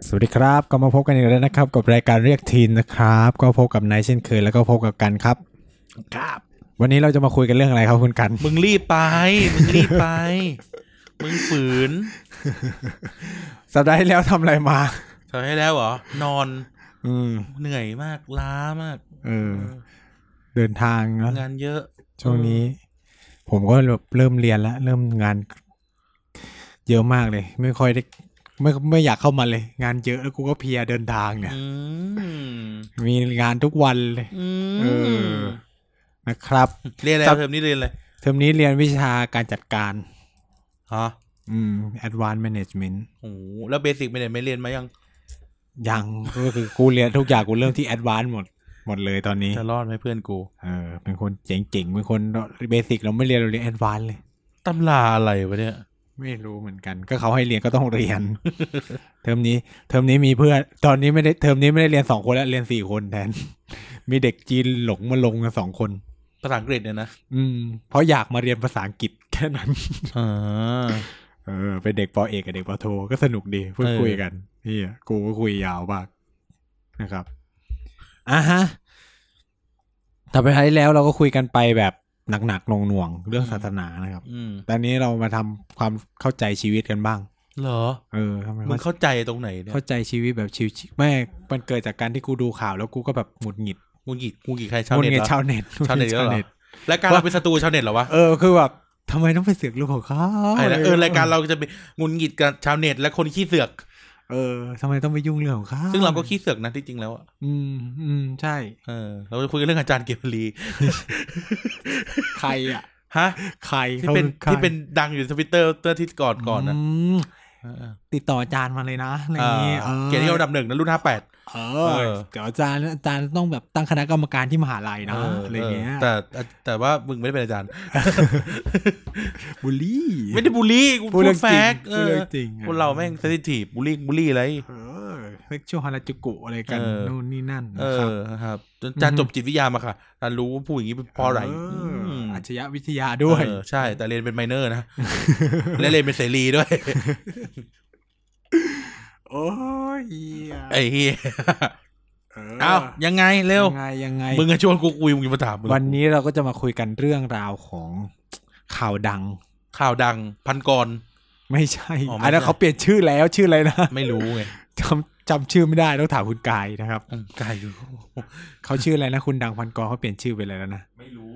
สวัสดีครับก็มาพบกันอีกแล้วนะครับกับรายการเรียกทีนนะครับก็พบกับนายเช่นเคยแล้วก็พบกับกันครับครับวันนี้เราจะมาคุยกันเรื่องอะไรครับคุณกันมึงรีบไปมึงฝืนสัปดาห์ที่แล้วทำอะไรมาทำให้แล้วเหรอนอนเหนื่อยมากล้ามากเดินทางนะงานเยอะช่วงนี้ผมก็แบบเริ่มเรียนแล้วเริ่มงานเยอะมากเลยไม่ค่อยได้ไม่อยากเข้ามาเลยงานเยอะแล้วกูก็เพลียเดินทางเนี่ยมีงานทุกวันเลยนะครับเรียนอะไรเทอมนี้เรียนอะไรเทอมนี้เรียนวิชาการจัดการฮะ Advanced Management โอ้แล้วเบสิกไม่เรียนมายังก็คือกูเรียนทุกอย่างกูเริ่มที่ Advanced หมดเลยตอนนี้จะรอดไหมเพื่อนกูเป็นคนเจ๋งๆเป็นคนเบสิกเราไม่เรียนเราเรียน Advanced เลยตำราอะไรวะเนี่ยไม่รู้เหมือนกันก็เขาให้เรียนก็ต้องเรียน เทอมนี้มีเพื่อนตอนนี้ไม่ได้เทอมนี้ไม่ได้เรียน2คนแล้วเรียน4คนแทน มีเด็กจีนหลงมาลงกัน2คนภาษาอังกฤษเนี่ยนะเพราะอยากมาเรียนภาษาอังกฤษแค่นั้น เป็นเด็กป.เอกกับเด็กป.โทก็สนุกดีพูดคุยกันนี่กูก็คุยยาวมากนะครับฮะแต่ไปท้ายแล้วเราก็คุยกันไปแบบหนักๆหน่วงๆเรื่องศาสนานะครับแต่นี้เรามาทำความเข้าใจชีวิตกันบ้างเหรอมึงเข้าใจตรงไหนเนี่ยเข้าใจชีวิตแบบชิวๆไม่มันเกิดจากการที่กูดูข่าวแล้วกูก็แบบหงุดหงิดใครชาวเน็ตเหรอชาวเน็ตและการเราเป็นศัตรูชาวเน็ตเหรอวะคือแบบทำไมต้องไปเสือกเรื่องของเขารายการเราจะเป็นหงุดหงิดกับชาวเน็ตและคนขี้เสือกทำไมต้องไปยุ่งเรื่องของเขาซึ่งเราก็ขี้เสือกนะที่จริงแล้วใช่เราจะคุยกันเรื่องอาจารย์เกวลีใครอ่ะฮะใครที่เป็นดังอยู่ใน Twitter ที่ก่อนนะติดต่ออาจารย์มาเลยนะอะไรอย่างงี้เกียรตินิยมอันดับ1นะรุ่น58 เดี๋ยวอาจารย์ต้องแบบตั้งคณะกรรมการที่มหาลัยนะอะไรเงี้ยแต่ว่ามึงไม่ได้เป็นอาจารย์บูลลี่ไม่ได้บูลลี่กูพูดแฟกต์จริงคนเราแม่งเซนซิทีฟบูลลี่อะไรเล็กชั่วฮาราจูกุอะไรกันนู่นนี่นั่นครับอาจารย์จบจิตวิทยามาค่ะอาจารย์รู้ว่าพูดอย่างนี้เป็นเพราะอะไรอาชญาวิทยาด้วยใช่แต่เรียนเป็นไมเนอร์นะและเรียนเป็นเสรีด้วยโอ้ยไอ้เหี้ยยังไงเร็วยังไงมึงชวนกูคุยมึงมาถามวันนี้เราก็จะมาคุยกันเรื่องราวของข่าวดังพันกรไม่ใช่อันนั้นเขาเปลี่ยนชื่อแล้วชื่ออะไรนะไม่รู้ไงจำชื่อไม่ได้ต้องถามคุณกายนะครับกายเขาชื่ออะไรนะคุณดังพันกรเขาเปลี่ยนชื่อไปอะไรแล้วนะไม่รู้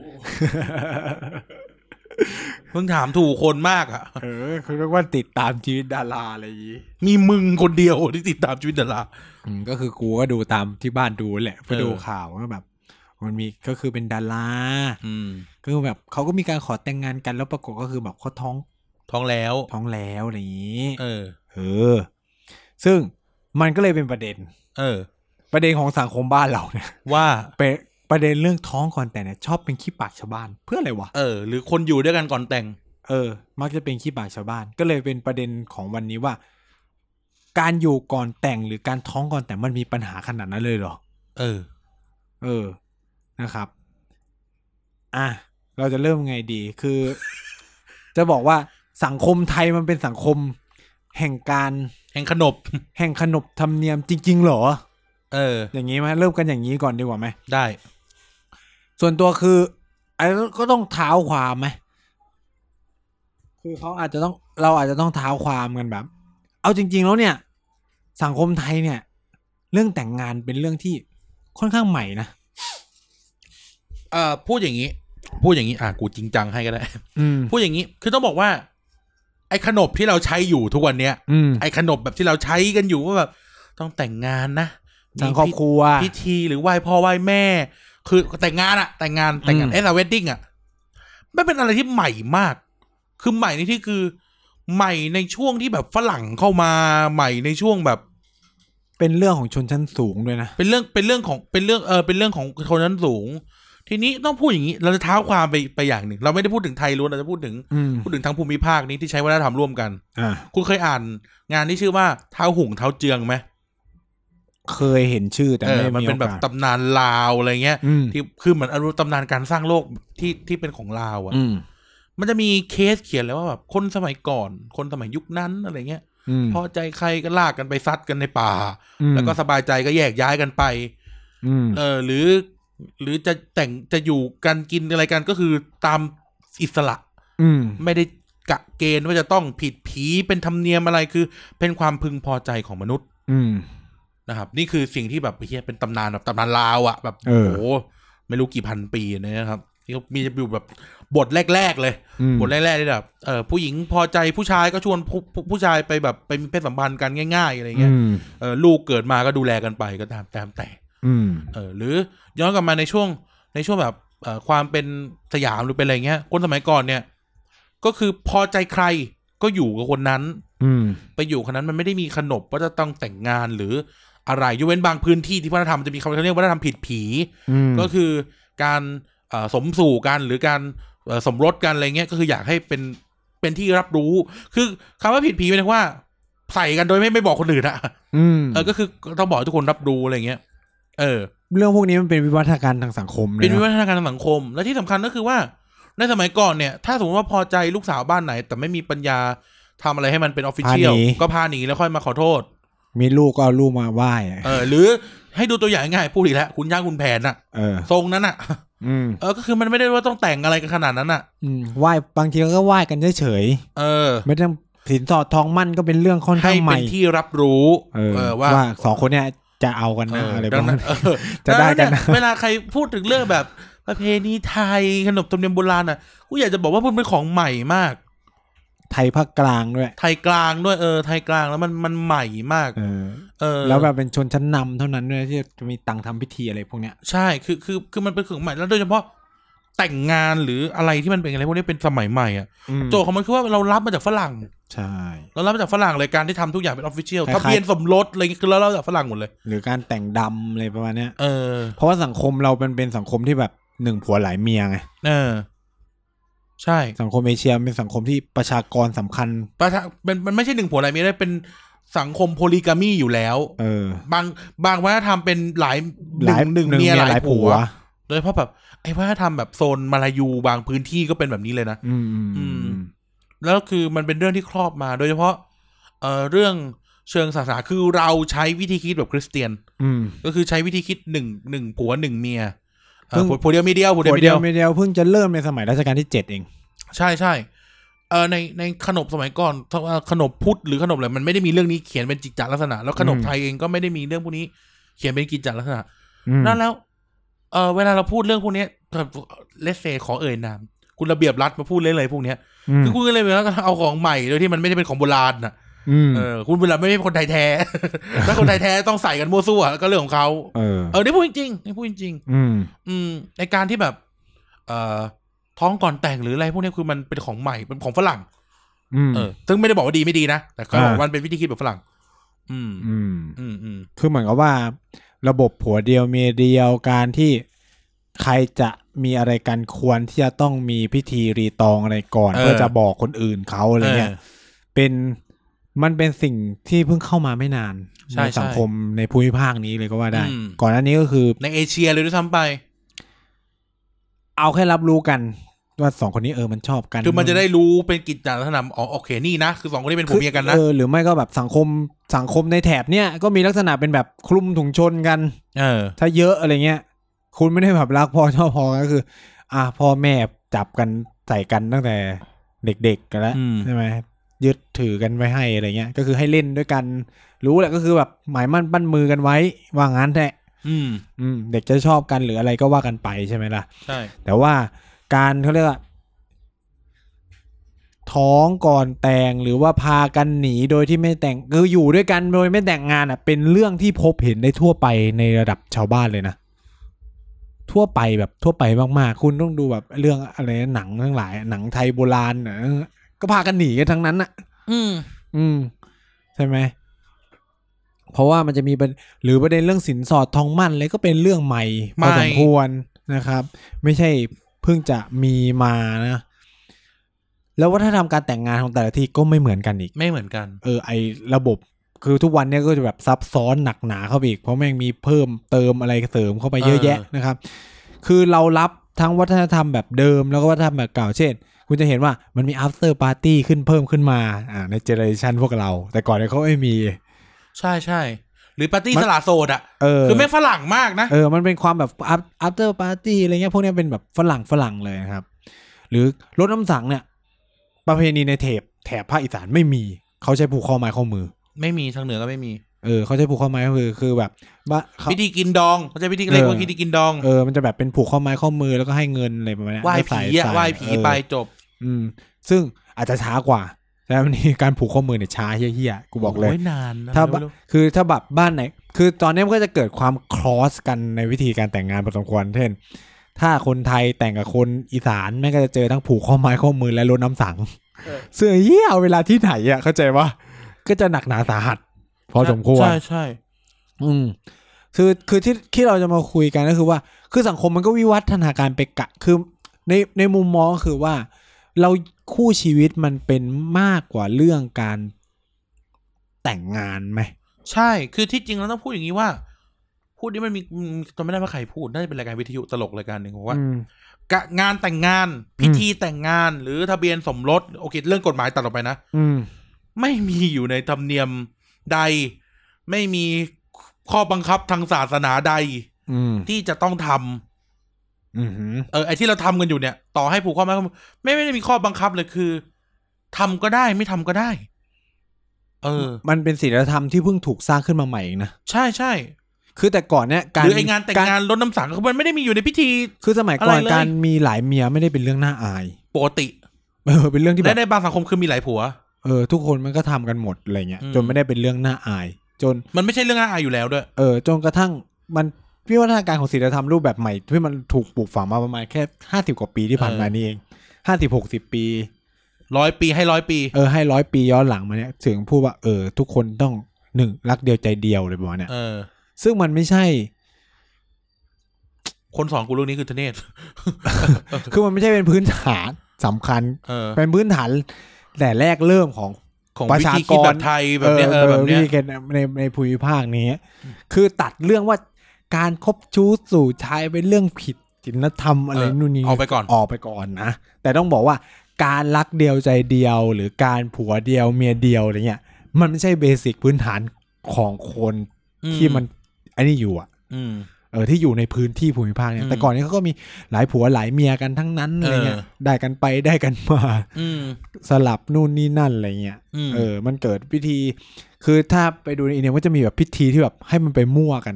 เพิ่งถามถูกคนมากอ่ะเขาเรียกว่าติดตามชีวิตดาราอะไรอย่างนี้มีมึงคนเดียวที่ติดตามชีวิตดาราก็คือกูก็ดูตามที่บ้านดูแหละเพื่อดูข่าวว่าแบบมันมีก็คือเป็นดาราก็คือแบบเขาก็มีการขอแต่งงานกันแล้วปรากฏก็คือแบบเขาท้องแล้วอะไรอย่างนี้ซึ่งมันก็เลยเป็นประเด็นประเด็นของสังคมบ้านเราเนี่ยว่าเป็นประเด็นเรื่องท้องก่อนแต่งเนี่ยชอบเป็นขี้ปากชาวบ้านเพื่ออะไรวะหรือคนอยู่ด้วยกันก่อนแต่งมักจะเป็นขี้ปากชาวบ้านก็เลยเป็นประเด็นของวันนี้ว่าการอยู่ก่อนแต่งหรือการท้องก่อนแต่งมันมีปัญหาขนาดนั้นเลยเหรอนะครับเราจะเริ่มไงดีคือ จะบอกว่าสังคมไทยมันเป็นสังคมแห่งขนบธรรมเนียมจริงๆเหรออย่างนี้ไหมเริ่มกันอย่างนี้ก่อนดีกว่าไหมได้ส่วนตัวคือก็ต้องเท้าความไหมคือเราอาจจะต้องเท้าความกันแบบเอาจริงๆแล้วเนี่ยสังคมไทยเนี่ยเรื่องแต่งงานเป็นเรื่องที่ค่อนข้างใหม่นะพูดอย่างนี้กูจริงจังให้ก็ได้พูดอย่างนี้คือต้องบอกว่าไอ้ขนบที่เราใช้อยู่ทุกวันเนี้ยไอ้ขนบแบบที่เราใช้กันอยู่ว่าแบบต้องแต่งงานนะทางครอบครัวพิธีหรือไหว้พ่อไหว้แม่คือแต่งงานเวดดิ้งไม่เป็นอะไรที่ใหม่มากคือใหม่ในที่คือใหม่ในช่วงที่แบบฝรั่งเข้ามาใหม่ในช่วงแบบเป็นเรื่องของชนชั้นสูงด้วยนะเป็นเรื่องของชนชั้นสูงทีนี้ต้องพูดอย่างนี้เราจะเท้าความไปอย่างหนึ่งเราไม่ได้พูดถึงไทยล้วนเราจะพูดถึงทั้งภูมิภาคนี้ที่ใช้วัฒนธรรมร่วมกันคุณเคยอ่านงานที่ชื่อว่าเท้าหุ่งเท้าเจืองไหมเคยเห็นชื่อแต่ไม่มีโอกาสมันเป็นแบบตำนานลาวอะไรเงี้ยที่คือเหมือนอารมณ์ตำนานการสร้างโลกที่เป็นของลาวมันจะมีเคสเขียนแล้วว่าแบบคนสมัยก่อนคนสมัยยุคนั้นอะไรเงี้ยพอใจใครก็ลากกันไปซัดกันในป่าแล้วก็สบายใจก็แยกย้ายกันไปหรือจะอยู่กันกินอะไรกันก็คือตามอิสระไม่ได้กะเกณฑ์ว่าจะต้องผิดผีเป็นธรรมเนียมอะไรคือเป็นความพึงพอใจของมนุษย์นะครับนี่คือสิ่งที่แบบเฮียเป็นตำนานแบบตำนานลาวอ่ะแบบโอ้โหไม่รู้กี่พันปีนะครับที่เขามีอยู่แบบบทแรกๆเลยบทแรกๆที่แบบผู้หญิงพอใจผู้ชายก็ชวนผู้ชายไปแบบไปมีเพศสัมพันธ์กันง่ายๆอะไรเงี้ยลูกเกิดมาก็ดูแลกันไปก็ตามแต่หรือย้อนกลับมาในช่วงแบบความเป็นสยามหรือเป็นอะไรเงี้ยคนสมัยก่อนเนี่ยก็คือพอใจใครก็อยู่กับคนนั้นไปอยู่คนนั้นมันไม่ได้มีขนบว่าจะต้องแต่งงานหรืออะไรยกเว้นบางพื้นที่ที่วัฒนธรรมจะมีคำเรียกวัฒนธรรมผิดผีก็คือการสมสู่กันหรือการสมรสกันอะไรเงี้ยก็คืออยากให้เป็นที่รับรู้คือคำว่าผิดผีหมายถึงว่าใส่กันโดยไม่บอกคนอื่นอะก็คือต้องบอกทุกคนรับรู้อะไรเงี้ยเรื่องพวกนี้มันเป็นวิวัฒนาการทางสังคมเป็นวิวัฒนาการทางสังคมและที่สำคัญก็คือว่าในสมัยก่อนเนี่ยถ้าสมมติว่าพอใจลูกสาวบ้านไหนแต่ไม่มีปัญญาทำอะไรให้มันเป็นออฟฟิเชียลก็พาหนีแล้วค่อยมาขอโทษมีลูกก็เอาลูกมาไหว้หรือให้ดูตัวอย่างง่ายพูดอีกแล้วคุณย่างคุณแผนน่ะทรงนั้นน่ะก็คือมันไม่ได้ว่าต้องแต่งอะไรกันขนาดนั้นน่ะไหว้บางทีก็ไหว้กันเฉยๆไม่ต้องสินสอดทองมั่นก็เป็นเรื่องค่อนข้างใหม่ให้เป็นที่รับรู้ว่าสองคนเนี้ยจะเอากันนะอะไรประมาณจะได้กันเวลาใครพูดถึงเรื่องแบบประเพณีไทยขนบธรรมเนียมโบราณน่ะกูอยากจะบอกว่ามันเป็นของใหม่มากไทยภาคกลางด้วยไทยกลางด้วยไทยกลางแล้วมันใหม่มากแล้วแบบเป็นชนชั้นนำเท่านั้นด้วยที่จะมีตังค์ทำพิธีอะไรพวกเนี้ยใช่คือมันเป็นของใหม่แล้วโดยเฉพาะแต่งงานหรืออะไรที่มันเป็นอะไรพวกนี้เป็นสมัยใหม่อ่ะโจทย์ของมันคือว่าเรารับมาจากฝรั่งใช่เรารับมาจากฝรั่งเลยการที่ทำทุกอย่างเป็นออฟฟิเชียลทะเบียนสมรสอะไรคือเรารับจากฝรั่งหมดเลยหรือการแต่งดำอะไรประมาณเนี้ยเพราะว่าสังคมเราเป็นสังคมที่แบบหนึ่งผัวหลายเมียไงใช่สังคมเอเชียเป็นสังคมที่ประชากรสำคัญมันไม่ใช่หนึ่งผัวหลายเมียได้เป็นสังคมโพลีกามีอยู่แล้วบางวัฒนธรรมเป็นหลายหนึ่งเมียหลายผัวโดยเฉพาะแบบไอ้วัฒนธรรมแบบโซนมาลายูบางพื้นที่ก็เป็นแบบนี้เลยนะแล้วคือมันเป็นเรื่องที่ครอบมาโดยเฉพาะเรื่องเชิงศาสนาคือเราใช้วิธีคิดแบบคริสเตียนก็คือใช้วิธีคิดหนึ่งผัวหนึ่งเมียผัวเดียวมีเดียวผัวเดียวมีเดียวเพิ่งจะเริ่มในสมัยรัชกาลที่7เองใช่ในขนบสมัยก่อนขนบพุทธหรือขนบอะไรมันไม่ได้มีเรื่องนี้เขียนเป็นกิจจลักษณะแล้วขนบไทยเองก็ไม่ได้มีเรื่องพวกนี้เขียนเป็นกิจจลักษณะนั่นแล้วเวลาเราพูดเรื่องพวกนี้เลสเซขอเอ่ยนามคุณระเบียบรัฐมาพูดเรื่องอะไรพวกนี้คือคุณก็เลยแล้วก็เอาของใหม่โดยที่มันไม่ได้เป็นของโบราณน่ะคุณเวลาไม่ใช่คนไทยแท้ถ้าคนไทยแท้ต้องใส่กันมั่วซั่วก็เรื่องของเขานี่พูดจริงนี่พูดจริงในการที่แบบท้องก่อนแต่งหรืออะไรพวกนี้คือมันเป็นของใหม่เป็นของฝรั่งซึ่งไม่ได้บอกว่าดีไม่ดีนะแต่เขาบอกมันเป็นวิธีคิดแบบฝรั่งคือเหมือนกับว่าระบบผัวเดียวเมียเดียวการที่ใครจะมีอะไรกันควรที่จะต้องมีพิธีรีตองอะไรก่อนเพื่อจะบอกคนอื่นเขาอะไรเงี้ยมันเป็นสิ่งที่เพิ่งเข้ามาไม่นานในสังคมในภูมิภาคนี้เลยก็ว่าได้ก่อนหน้านี้ก็คือในเอเชียเลยด้วยซ้ำไปเอาแค่รับรู้กันว่าสองคนนี้มันชอบกันคือมันจะได้รู้เป็นกิจจลักษณะโอเคนี่นะคือสองคนนี้เป็นผัวเมียกันนะหรือไม่ก็แบบสังคมในแถบเนี้ยก็มีลักษณะเป็นแบบคลุมถุงชนกันถ้าเยอะอะไรเงี้ยคุณไม่ได้แบบรักพ่อชอบพอก็คือพ่อแม่จับกันใส่กันตั้งแต่เด็กๆกันแล้วใช่ไหมยึดถือกันไว้ให้อะไรเงี้ยก็คือให้เล่นด้วยกันรู้แหละก็คือแบบหมายมั่นปั้นมือกันไว้ว่างั้นแหละเด็กจะชอบกันหรืออะไรก็ว่ากันไปใช่ไหมล่ะใช่แต่ว่าการเขาเรียกว่าท้องก่อนแต่งหรือว่าพากันหนีโดยที่ไม่แต่งคืออยู่ด้วยกันโดยไม่แต่งงานเป็นเรื่องที่พบเห็นได้ทั่วไปในระดับชาวบ้านเลยนะทั่วไปแบบทั่วไปมากๆคุณต้องดูแบบเรื่องอะไรหนังทั้งหลายหนังไทยโบราณก็พากันหนีกันทั้งนั้นใช่ไหมเพราะว่ามันจะมีหรือประเด็นเรื่องสินสอดทองมั่นอะไรก็เป็นเรื่องใหม่พอสมควรนะครับไม่ใช่เพิ่งจะมีมานะแล้ววัฒนธรรมการแต่งงานของแต่ละที่ก็ไม่เหมือนกันอีกไม่เหมือนกันไอระบบคือทุกวันนี้ก็จะแบบซับซ้อนหนักหนาเข้าไปอีกเพราะแม่งมีเพิ่มเติมอะไรเสริมเข้าไปเยอะแยะนะครับคือเรารับทั้งวัฒนธรรมแบบเดิมแล้วก็วัฒนธรรมแบบเก่าเช่นคุณจะเห็นว่ามันมี after party ขึ้นเพิ่มขึ้นมาในเจเนอเรชันพวกเราแต่ก่อนเนี่ยเขาไม่มีใช่หรือปาร์ตี้สละโสดคือไม่ฝรั่งมากนะมันเป็นความแบบ after party อะไรเงี้ยพวกนี้เป็นแบบฝรั่งเลยนะครับหรือรถน้ำสังเนี่ยประเพณีในแถบภาคอีสานไม่มีเขาใช้ผูกข้อไม้ข้อมือไม่มีทางเหนือก็ไม่มีเขาใช้ผูกข้อไม้ข้อมือคือแบบว่าพิธีกินดองเขาใช้พิธีเรียกว่าพิธีกินดองมันจะแบบเป็นผูกข้อไม้ข้อมือแล้วก็ให้เงินอะไรประมาณนี้ไหว้ผีไปจบซึ่งอาจจะช้ากว่าแต่วันนี้การผูกข้อมือเนี่ยช้าเหี้ยๆกูบอกเลยนานถ้าแบบบ้านไหนคือตอนนี้มันก็จะเกิดความครอสกันในวิธีการแต่งงานพอสมควรเช่นถ้าคนไทยแต่งกับคนอีสานแม่งก็จะเจอทั้งผูกข้อไม้ข้อมือและรดน้ำสังเสื้อเหี้ยเวลาที่ไหนเข้าใจว่าก็จะหนักหนาสาหัสพอสมควรใช่คือที่เราจะมาคุยกันก็คือว่าคือสังคมมันก็วิวัฒนาการไปคือในมุมมองคือว่าเราคู่ชีวิตมันเป็นมากกว่าเรื่องการแต่งงานไหมใช่คือที่จริงเราต้องพูดอย่างนี้ว่าพูดนี้มันมีจำไม่ได้ว่าใครพูดน่าจะเป็นรายการวิทยุตลกรายการหนึ่งบอกว่างานแต่งงานพิธีแต่งงานหรือทะเบียนสมรสโอเคเรื่องกฎหมายตัดออกไปนะไม่มีอยู่ในธรรมเนียมใดไม่มีข้อบังคับทางศาสนาใดที่จะต้องทำไอ้ที่เราทำกันอยู่เนี่ยต่อให้ผูกข้อไม้ไม่ได้มีข้อบังคับเลยคือทำก็ได้ไม่ทำก็ได้มันเป็นศีลธรรมที่เพิ่งถูกสร้างขึ้นมาใหม่เองนะใช่คือแต่ก่อนเนี่ยหรือไอ้งานแต่งงานรดน้ำสังมันไม่ได้มีอยู่ในพิธีคือสมัยก่อนการมีหลายเมียไม่ได้เป็นเรื่องน่าอายปกติเป็นเรื่องที่แบบในบางสังคมคือมีหลายผัวทุกคนมันก็ทำกันหมดอะไรเงี้ยจนไม่ได้เป็นเรื่องน่าอายจนมันไม่ใช่เรื่องน่าอายอยู่แล้วด้วยจนกระทั่งมันวิวัฒนาการของศีลธรรมรูปแบบใหม่ที่มันถูกปลูกฝังมาประมาณแค่50 กว่าปีที่ผ่านมานี่เอง50-60 ปี 100 ปีให้100 ปีให้100 ปีย้อนหลังมาเนี่ยถึงพูดว่าทุกคนต้อง1รักเดียวใจเดียวเลยประมาณเนี้ยซึ่งมันไม่ใช่คนสอนกูเรื่องนี้คือทเนศคือมันไม่ใช่เป็นพื้นฐานสำคัญเป็นพื้นฐานแต่แรกเริ่มของประชากรไทยแบบนี้แบบนี้ในภูมิภาคนี้คือตัดเรื่องว่าการคบชู้สู่ชายเป็นเรื่องผิดศีลธรรมอะไรนู่นนี่ออกไปก่อนนะแต่ต้องบอกว่าการรักเดียวใจเดียวหรือการผัวเดียวเมียเดียวอะไรเงี้ยมันไม่ใช่เบสิกพื้นฐานของคนที่มันอันนี้อยู่ที่อยู่ในพื้นที่ภูมิภาคเนี่ยแต่ก่อนนี้เขาก็มีหลายผัวหลายเมียกันทั้งนั้นอะไรเงี้ยได้กันไปได้กันมาสลับนู่นนี่นั่นอะไรเงี้ยมันเกิดพิธีคือถ้าไปดูในอินเดียก็จะมีแบบพิธีที่แบบให้มันไปมั่วกัน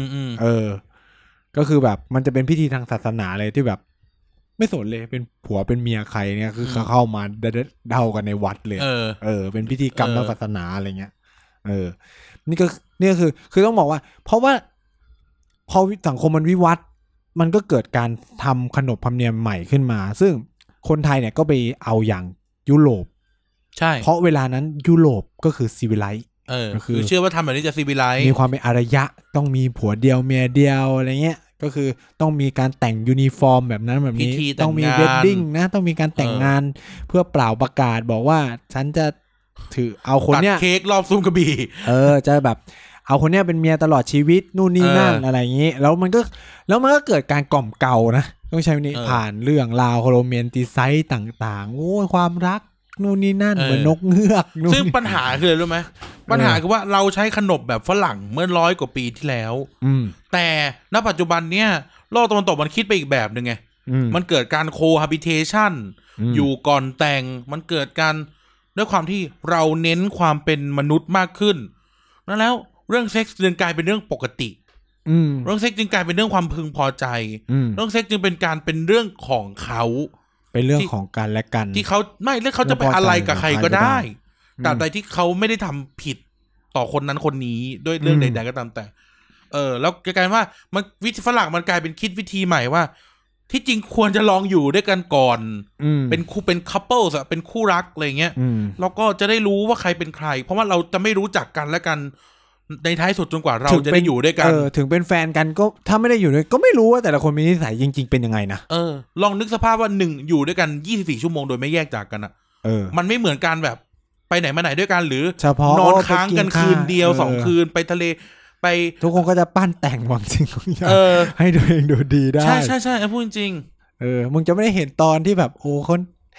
ก็คือแบบมันจะเป็นพิธีทางศาสนาเลยที่แบบไม่สนเลยเป็นผัวเป็นเมียใครเนี่ยคือเขาเข้ามาเดากันในวัดเลยเป็นพิธีกรรมทางศาสนาอะไรเงี้ยนี่ก็คือต้องบอกว่าเพราะว่าพอสังคมมันวิวัฒน์มันก็เกิดการทำขนบธรรมเนียมใหม่ขึ้นมาซึ่งคนไทยเนี่ยก็ไปเอาอย่างยุโรปใช่เพราะเวลานั้นยุโรปก็คือซีวิไลซ์คือเชื่อว่าทำแบบนี้จะซีวิไลซ์มีความเป็นอารยะต้องมีผัวเดียวเมียเดียวอะไรเงี้ยก็คือต้องมีการแต่งยูนิฟอร์มแบบนั้นแบบนี้ต้องมีเวดดิ้งนะต้องมีการแต่งงานเพื่อเปล่าประกาศบอกว่าฉันจะถือเอาคนเนี้ยตัดเค้กรอบซุ้มกระบี่จะแบบเอาคนเนี้ยเป็นเมียตลอดชีวิตนู่นนี่นั่นอะไรอย่างงี้แล้วมันก็เกิดการกล่อมเกลานะต้องใช้นี้ผ่านเรื่องราวโรแมนติไซส์ต่างๆโอ้ยความรักนู่นนี่นั่นเหมือนนกเงือกซึ่งปัญหาคืออะไรรู้ไหมปัญหาคือว่าเราใช้ขนบแบบฝรั่งเมื่อ100 กว่าปีที่แล้วแต่ณปัจจุบันเนี้ยโลกตะวันตกมันคิดไปอีกแบบนึงไงมันเกิดการโคฮาบิเทชันอยู่ก่อนแต่งมันเกิดการด้วยความที่เราเน้นความเป็นมนุษย์มากขึ้นแล้วเรื่องเซ็กส์จึงกลายเป็นเรื่องปกติเรื่องเซ็กส์จึงกลายเป็นเรื่องความพึงพอใจเรื่องเซ็กส์จึงเป็นการเป็นเรื่องของเขาเป็นเรื่องของกันและกันที่เขาไม่เรื่องเขาจะไปอะไรกับใครก็ได้แต่ใดที่เขาไม่ได้ทำผิดต่อคนนั้นคนนี้ด้วยเรื่องใดๆก็ตามแต่แล้วกลายว่ามันวิธีฝรั่งมันกลายเป็นคิดวิธีใหม่ว่าที่จริงควรจะลองอยู่ด้วยกันก่อนเป็นคู่เป็นคัพเปิลส์เป็นคู่รักอะไรเงี้ยแล้วก็จะได้รู้ว่าใครเป็นใครเพราะว่าเราจะไม่รู้จักกันและกันในท้ายสุดจนกว่าเราจะได้อยู่ด้วยกันถึงเป็นแฟนกันก็ถ้าไม่ได้อยู่ด้วยก็ไม่รู้ว่าแต่ละคนมีนิสัยจริงๆเป็นยังไงนะลองนึกสภาพว่า1อยู่ด้วยกัน24 ชั่วโมงโดยไม่แยกจากกันอ่ะมันไม่เหมือนกันแบบไปไหนมาไหนด้วยกันหรือเฉพาะนอนค้างกันคืนเดียว2 คืนไปทะเลไปทุกคนก็จะปั้นแต่งหวังสิ่งอย่างให้ตัวเองดูดีได้ใช่ใช่ใช่พูดจริงมึงจะไม่ได้เห็นตอนที่แบบโอ้คน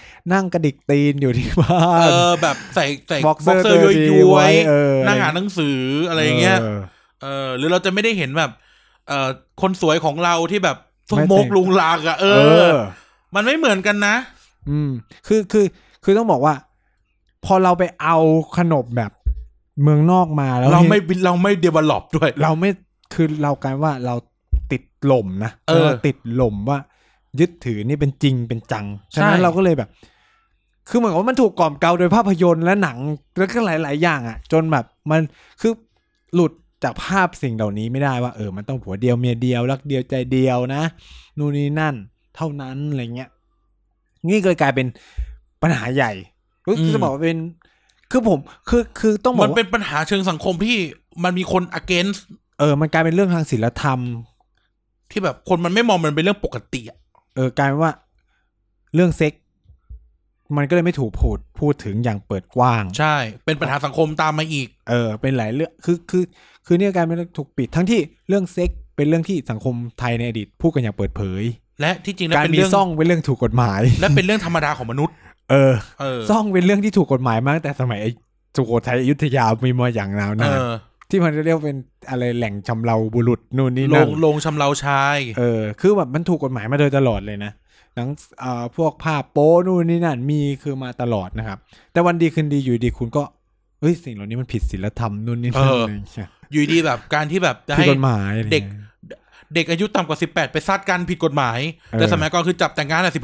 นั่งกระดิกตีนอยู่ที่บ้านแบบใส่บ็อกเซอร์ย้วยๆนั่งอ่านหนังสืออะไรเงี้ยหรือเราจะไม่ได้เห็นแบบคนสวยของเราที่แบบสโมกลุงลากอ่ะมันไม่เหมือนกันนะคือต้องบอกว่าพอเราไปเอาขนบแบบเมืองนอกมาแล้วเราไม่เดเวลลอปด้วยเราไม่คือเรากลายว่าเราติดหล่มนะติดหล่มว่ายึดถือนี่เป็นจริงเป็นจังฉะนั้นเราก็เลยแบบคือเหมือนว่ามันถูกกล่อมเกลาโดยภาพยนตร์และหนังแล้วก็หลายๆอย่างอ่ะจนแบบมันคือหลุดจากภาพสิ่งเหล่านี้ไม่ได้ว่ามันต้องผัวเดียวเมียเดียวรักเดียวใจเดียวนะนู่นนี่นั่นเท่านั้นอะไรเงี้ยนี่เลยกลายเป็นปัญหาใหญ่ก็จะบอกว่าเป็นคือผมคือต้องบอกมันเป็นปัญหาเชิงสังคมที่มันมีคน against มันกลายเป็นเรื่องทางศีลธรรมที่แบบคนมันไม่มองมันเป็นเรื่องปกติอ่ะกลายเป็นว่าเรื่องเซ็กมันก็เลยไม่ถูกพูดถึงอย่างเปิดกว้างใช่เป็นปัญหาสังคมตามมาอีกเป็นหลายเรื่องคือเนี่ยการเป็นถูกปิดทั้งที่เรื่องเซ็กเป็นเรื่องที่สังคมไทยในอดีตพูดกันอย่างเปิดเผยและที่จริงแล้วการมีซ่องเป็นเรื่องถูกกฎหมายและเป็นเรื่องธรรมดาของมนุษย์ซ่องเป็นเรื่องที่ถูกกฎหมายมาตั้งแต่สมัยสุโขทัยอยุธยามีมาอย่างยาวนานที่มันเรียกเป็นอะไรแหล่งชำเราบุรุษนู่นนี่นั่นลงชำเราชายคือแบบมันถูกกฎหมายมาโดยตลอดเลยนะหนังพวกภาพโป๊นู่นนี่นั่นมีคือมาตลอดนะครับแต่วันดีคืนดีอยู่ดีคุณก็สิ่งเหล่านี้มันผิดศีลธรรมนู่นนี่นั่นอยู่ดีแบบการที่แบบจะให้เด็กอายุต่ำกว่า18ไปซัดกันผิดกฎหมายแต่สมัยก่อนคือจับแต่งงานแต่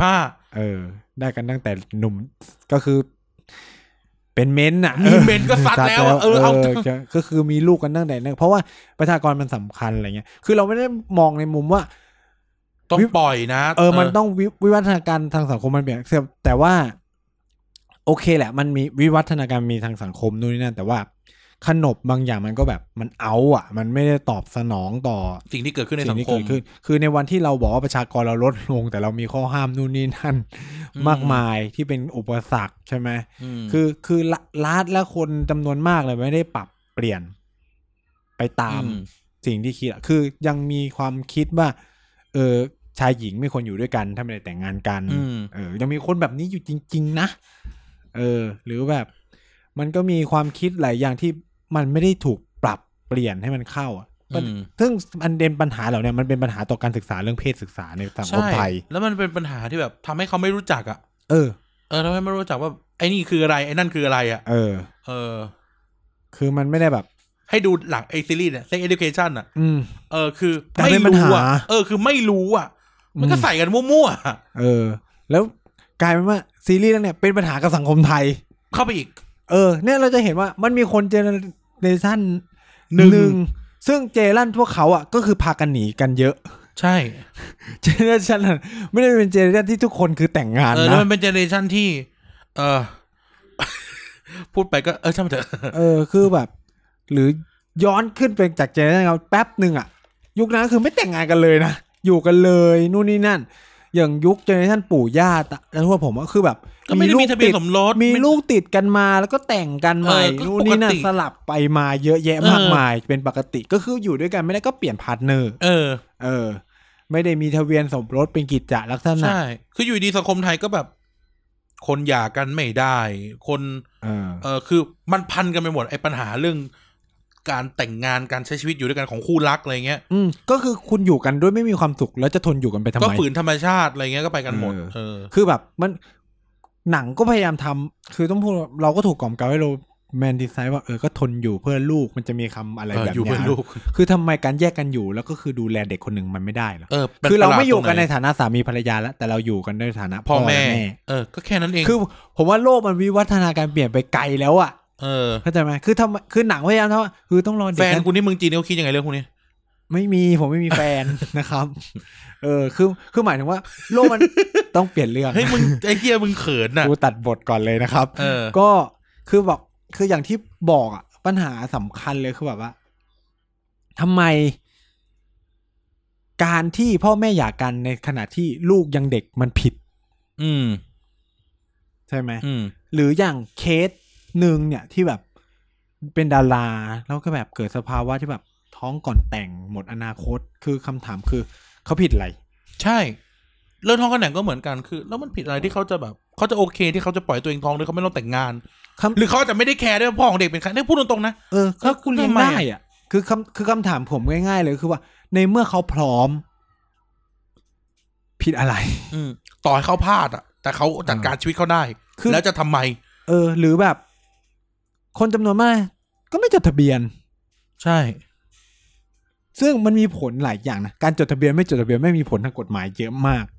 15ได้กันตั้งแต่หนุ่มก็คือเป็นเม้นอ่ะมีเม้นก็ซัดแล้วเอาก็คือมีลูกกันตั้งแต่เพราะว่าประชากรมันสำคัญอะไรเงี้ยคือเราไม่ได้มองในมุมว่าต้องปล่อยนะมันต้องวิวัฒนาการทางสังคมมันเปลี่ยนแต่ว่าโอเคแหละมันมีวิวัฒนาการมีทางสังคมนู่นนี่นั่นแต่ว่าขนบบางอย่างมันก็แบบมันมันไม่ได้ตอบสนองต่อสิ่งที่เกิดขึ้นในสังคมคือในวันที่เราบอกว่าประชากรเราลดลงแต่เรามีข้อห้ามนู่นนี่นั่นมากมายที่เป็นอุปสรรคใช่ไหมคือรัฐและคนจำนวนมากเลยไม่ได้ปรับเปลี่ยนไปตามสิ่งที่คิดคือยังมีความคิดว่าชายหญิงไม่ควรอยู่ด้วยกันถ้าไม่ได้แต่งงานกันยังมีคนแบบนี้อยู่จริงๆนะหรือแบบมันก็มีความคิดหลายอย่างที่มันไม่ได้ถูกปรับเปลี่ยนให้มันเข้าซึ่งอันเด่นปัญหาเหล่านี้มันเป็นปัญหาต่อการศึกษาเรื่องเพศศึกษาในสังคมไทยแล้วมันเป็นปัญหาที่แบบทำให้เขาไม่รู้จักอ่ะทำให้ไม่รู้จักว่าไอ้นี่คืออะไรไอ้นั่นคืออะไรอ่ะคือมันไม่ได้แบบให้ดูหลังไอซีรีส์เนี่ย Sex Education อ่ะคือไม่รู้อ่ะคือไม่รู้อ่ะมันก็ใส่กันมั่วๆแล้วกลายเป็นว่าซีรีส์เรื่องเนี้ยเป็นปัญหากับสังคมไทยเข้าไปอีกเนี่ยเราจะเห็นว่ามันมีคนเจเนอเรชั่นหนึ่งซึ่งเจเนอเรชั่นพวกเขาอ่ะก็คือพากันหนีกันเยอะใช่เจเนอเรชั่นไม่ได้เป็นเจเนอเรชั่นที่ทุกคนคือแต่งงานนะมันเป็นเจเนอเรชั่นที่พูดไปก็ช่างมันเถอะคือแบบหรือย้อนขึ้นไปจากเจเนอเรชั่นเขาแป๊บนึงอ่ะยุคนั้นคือไม่แต่งงานกันเลยนะอยู่กันเลยนู่นนี่นั่นอย่างยุคเจเนอเรชั่นปู่ย่าแล้วพวกผมก็คือแบบก็ไม่ได้มีทะเบียนสมรสมีลูกติดกันมาแล้วก็แต่งกันใหม่นู่นนี่นั่นสลับไปมาเยอะแยะมากมายเป็นปกติก็คืออยู่ด้วยกันไม่ได้ก็เปลี่ยนพาร์ทเนอร์ไม่ได้มีทะเบียนสมรสเป็นกิจจลักษณะใช่คืออยู่ดีสังคมไทยก็แบบคนหย่ากันไม่ได้คนคือมันพันกันไปหมดไอ้ปัญหาเรื่องการแต่งงานการใช้ชีวิตอยู่ด้วยกันของคู่รักอะไรเงี้ยก็คือคุณอยู่กันด้วยไม่มีความสุขแล้วจะทนอยู่กันไปทำไมก็ฝืนธรรมชาติอะไรเงี้ยก็ไปกันหมดคือแบบมันหนังก็พยายามทำคือต้องพูดเราก็ถูกกล่อมเกลาให้เราแมนดีไซน์ว่าก็ทนอยู่เพื่อลูกมันจะมีคำอะไรแบบนี้คือทำไมการแยกกันอยู่แล้วก็คือดูแลเด็กคนหนึ่งมันไม่ได้หรอคือเราไม่อยู่กันในฐานะสามีภรรยาแล้วแต่เราอยู่กันในฐานะพ่อแม่ก็แค่นั้นเองคือผมว่าโลกมันวิวัฒนาการเปลี่ยนไปไกลแล้วอ่ะเข้าใจไหมคือหนังพยายามทำว่าคือต้องรอเด็กแฟนคุณนี่เมืองจีนเขาคิดยังไงเรื่องพวกนี้ไม่มีผมไม่มีแฟนนะครับคือหมายถึงว่าโลกมันต้องเปลี่ยนเรื่องเฮ้ยมึงไอ้เหี้ยมึงเขินน่ะกูตัดบทก่อนเลยนะครับก็คือบอกคืออย่างที่บอกอ่ะปัญหาสำคัญเลยคือแบบว่าทำไมการที่พ่อแม่หย่ากันในขณะที่ลูกยังเด็กมันผิดใช่ไหมหรืออย่างเคสหนึ่งเนี่ยที่แบบเป็นดาราแล้วก็แบบเกิดสภาวะที่แบบท้องก่อนแต่งหมดอนาคตคือคำถามคือเขาผิดอะไรใช่เรื่องท้องก่อนแต่งก็เหมือนกันคือแล้วมันผิดอะไรที่เขาจะแบบเขาจะโอเคที่เขาจะปล่อยตัวเองท้องโดยเขาไม่ต้องแต่งงานหรือเขาจะไม่ได้แคร์ด้วยพ่อของเด็กเป็นใครพูดตรงๆนะถ้าคุณเลี้ยงได้อ่ะคือคำถามผมง่ายๆเลยคือว่าในเมื่อเขาพร้อมผิดอะไรต่อให้เขาพลาดอ่ะแต่เขาจัดการชีวิตเขาได้แล้วจะทำไมหรือแบบคนจำนวนมากก็ไม่จดทะเบียนใช่ซึ่งมันมีผลหลายอย่างนะการจดทะเบียนไม่จดทะเบียนไม่มีผลทางกฎหมายเยอะมาก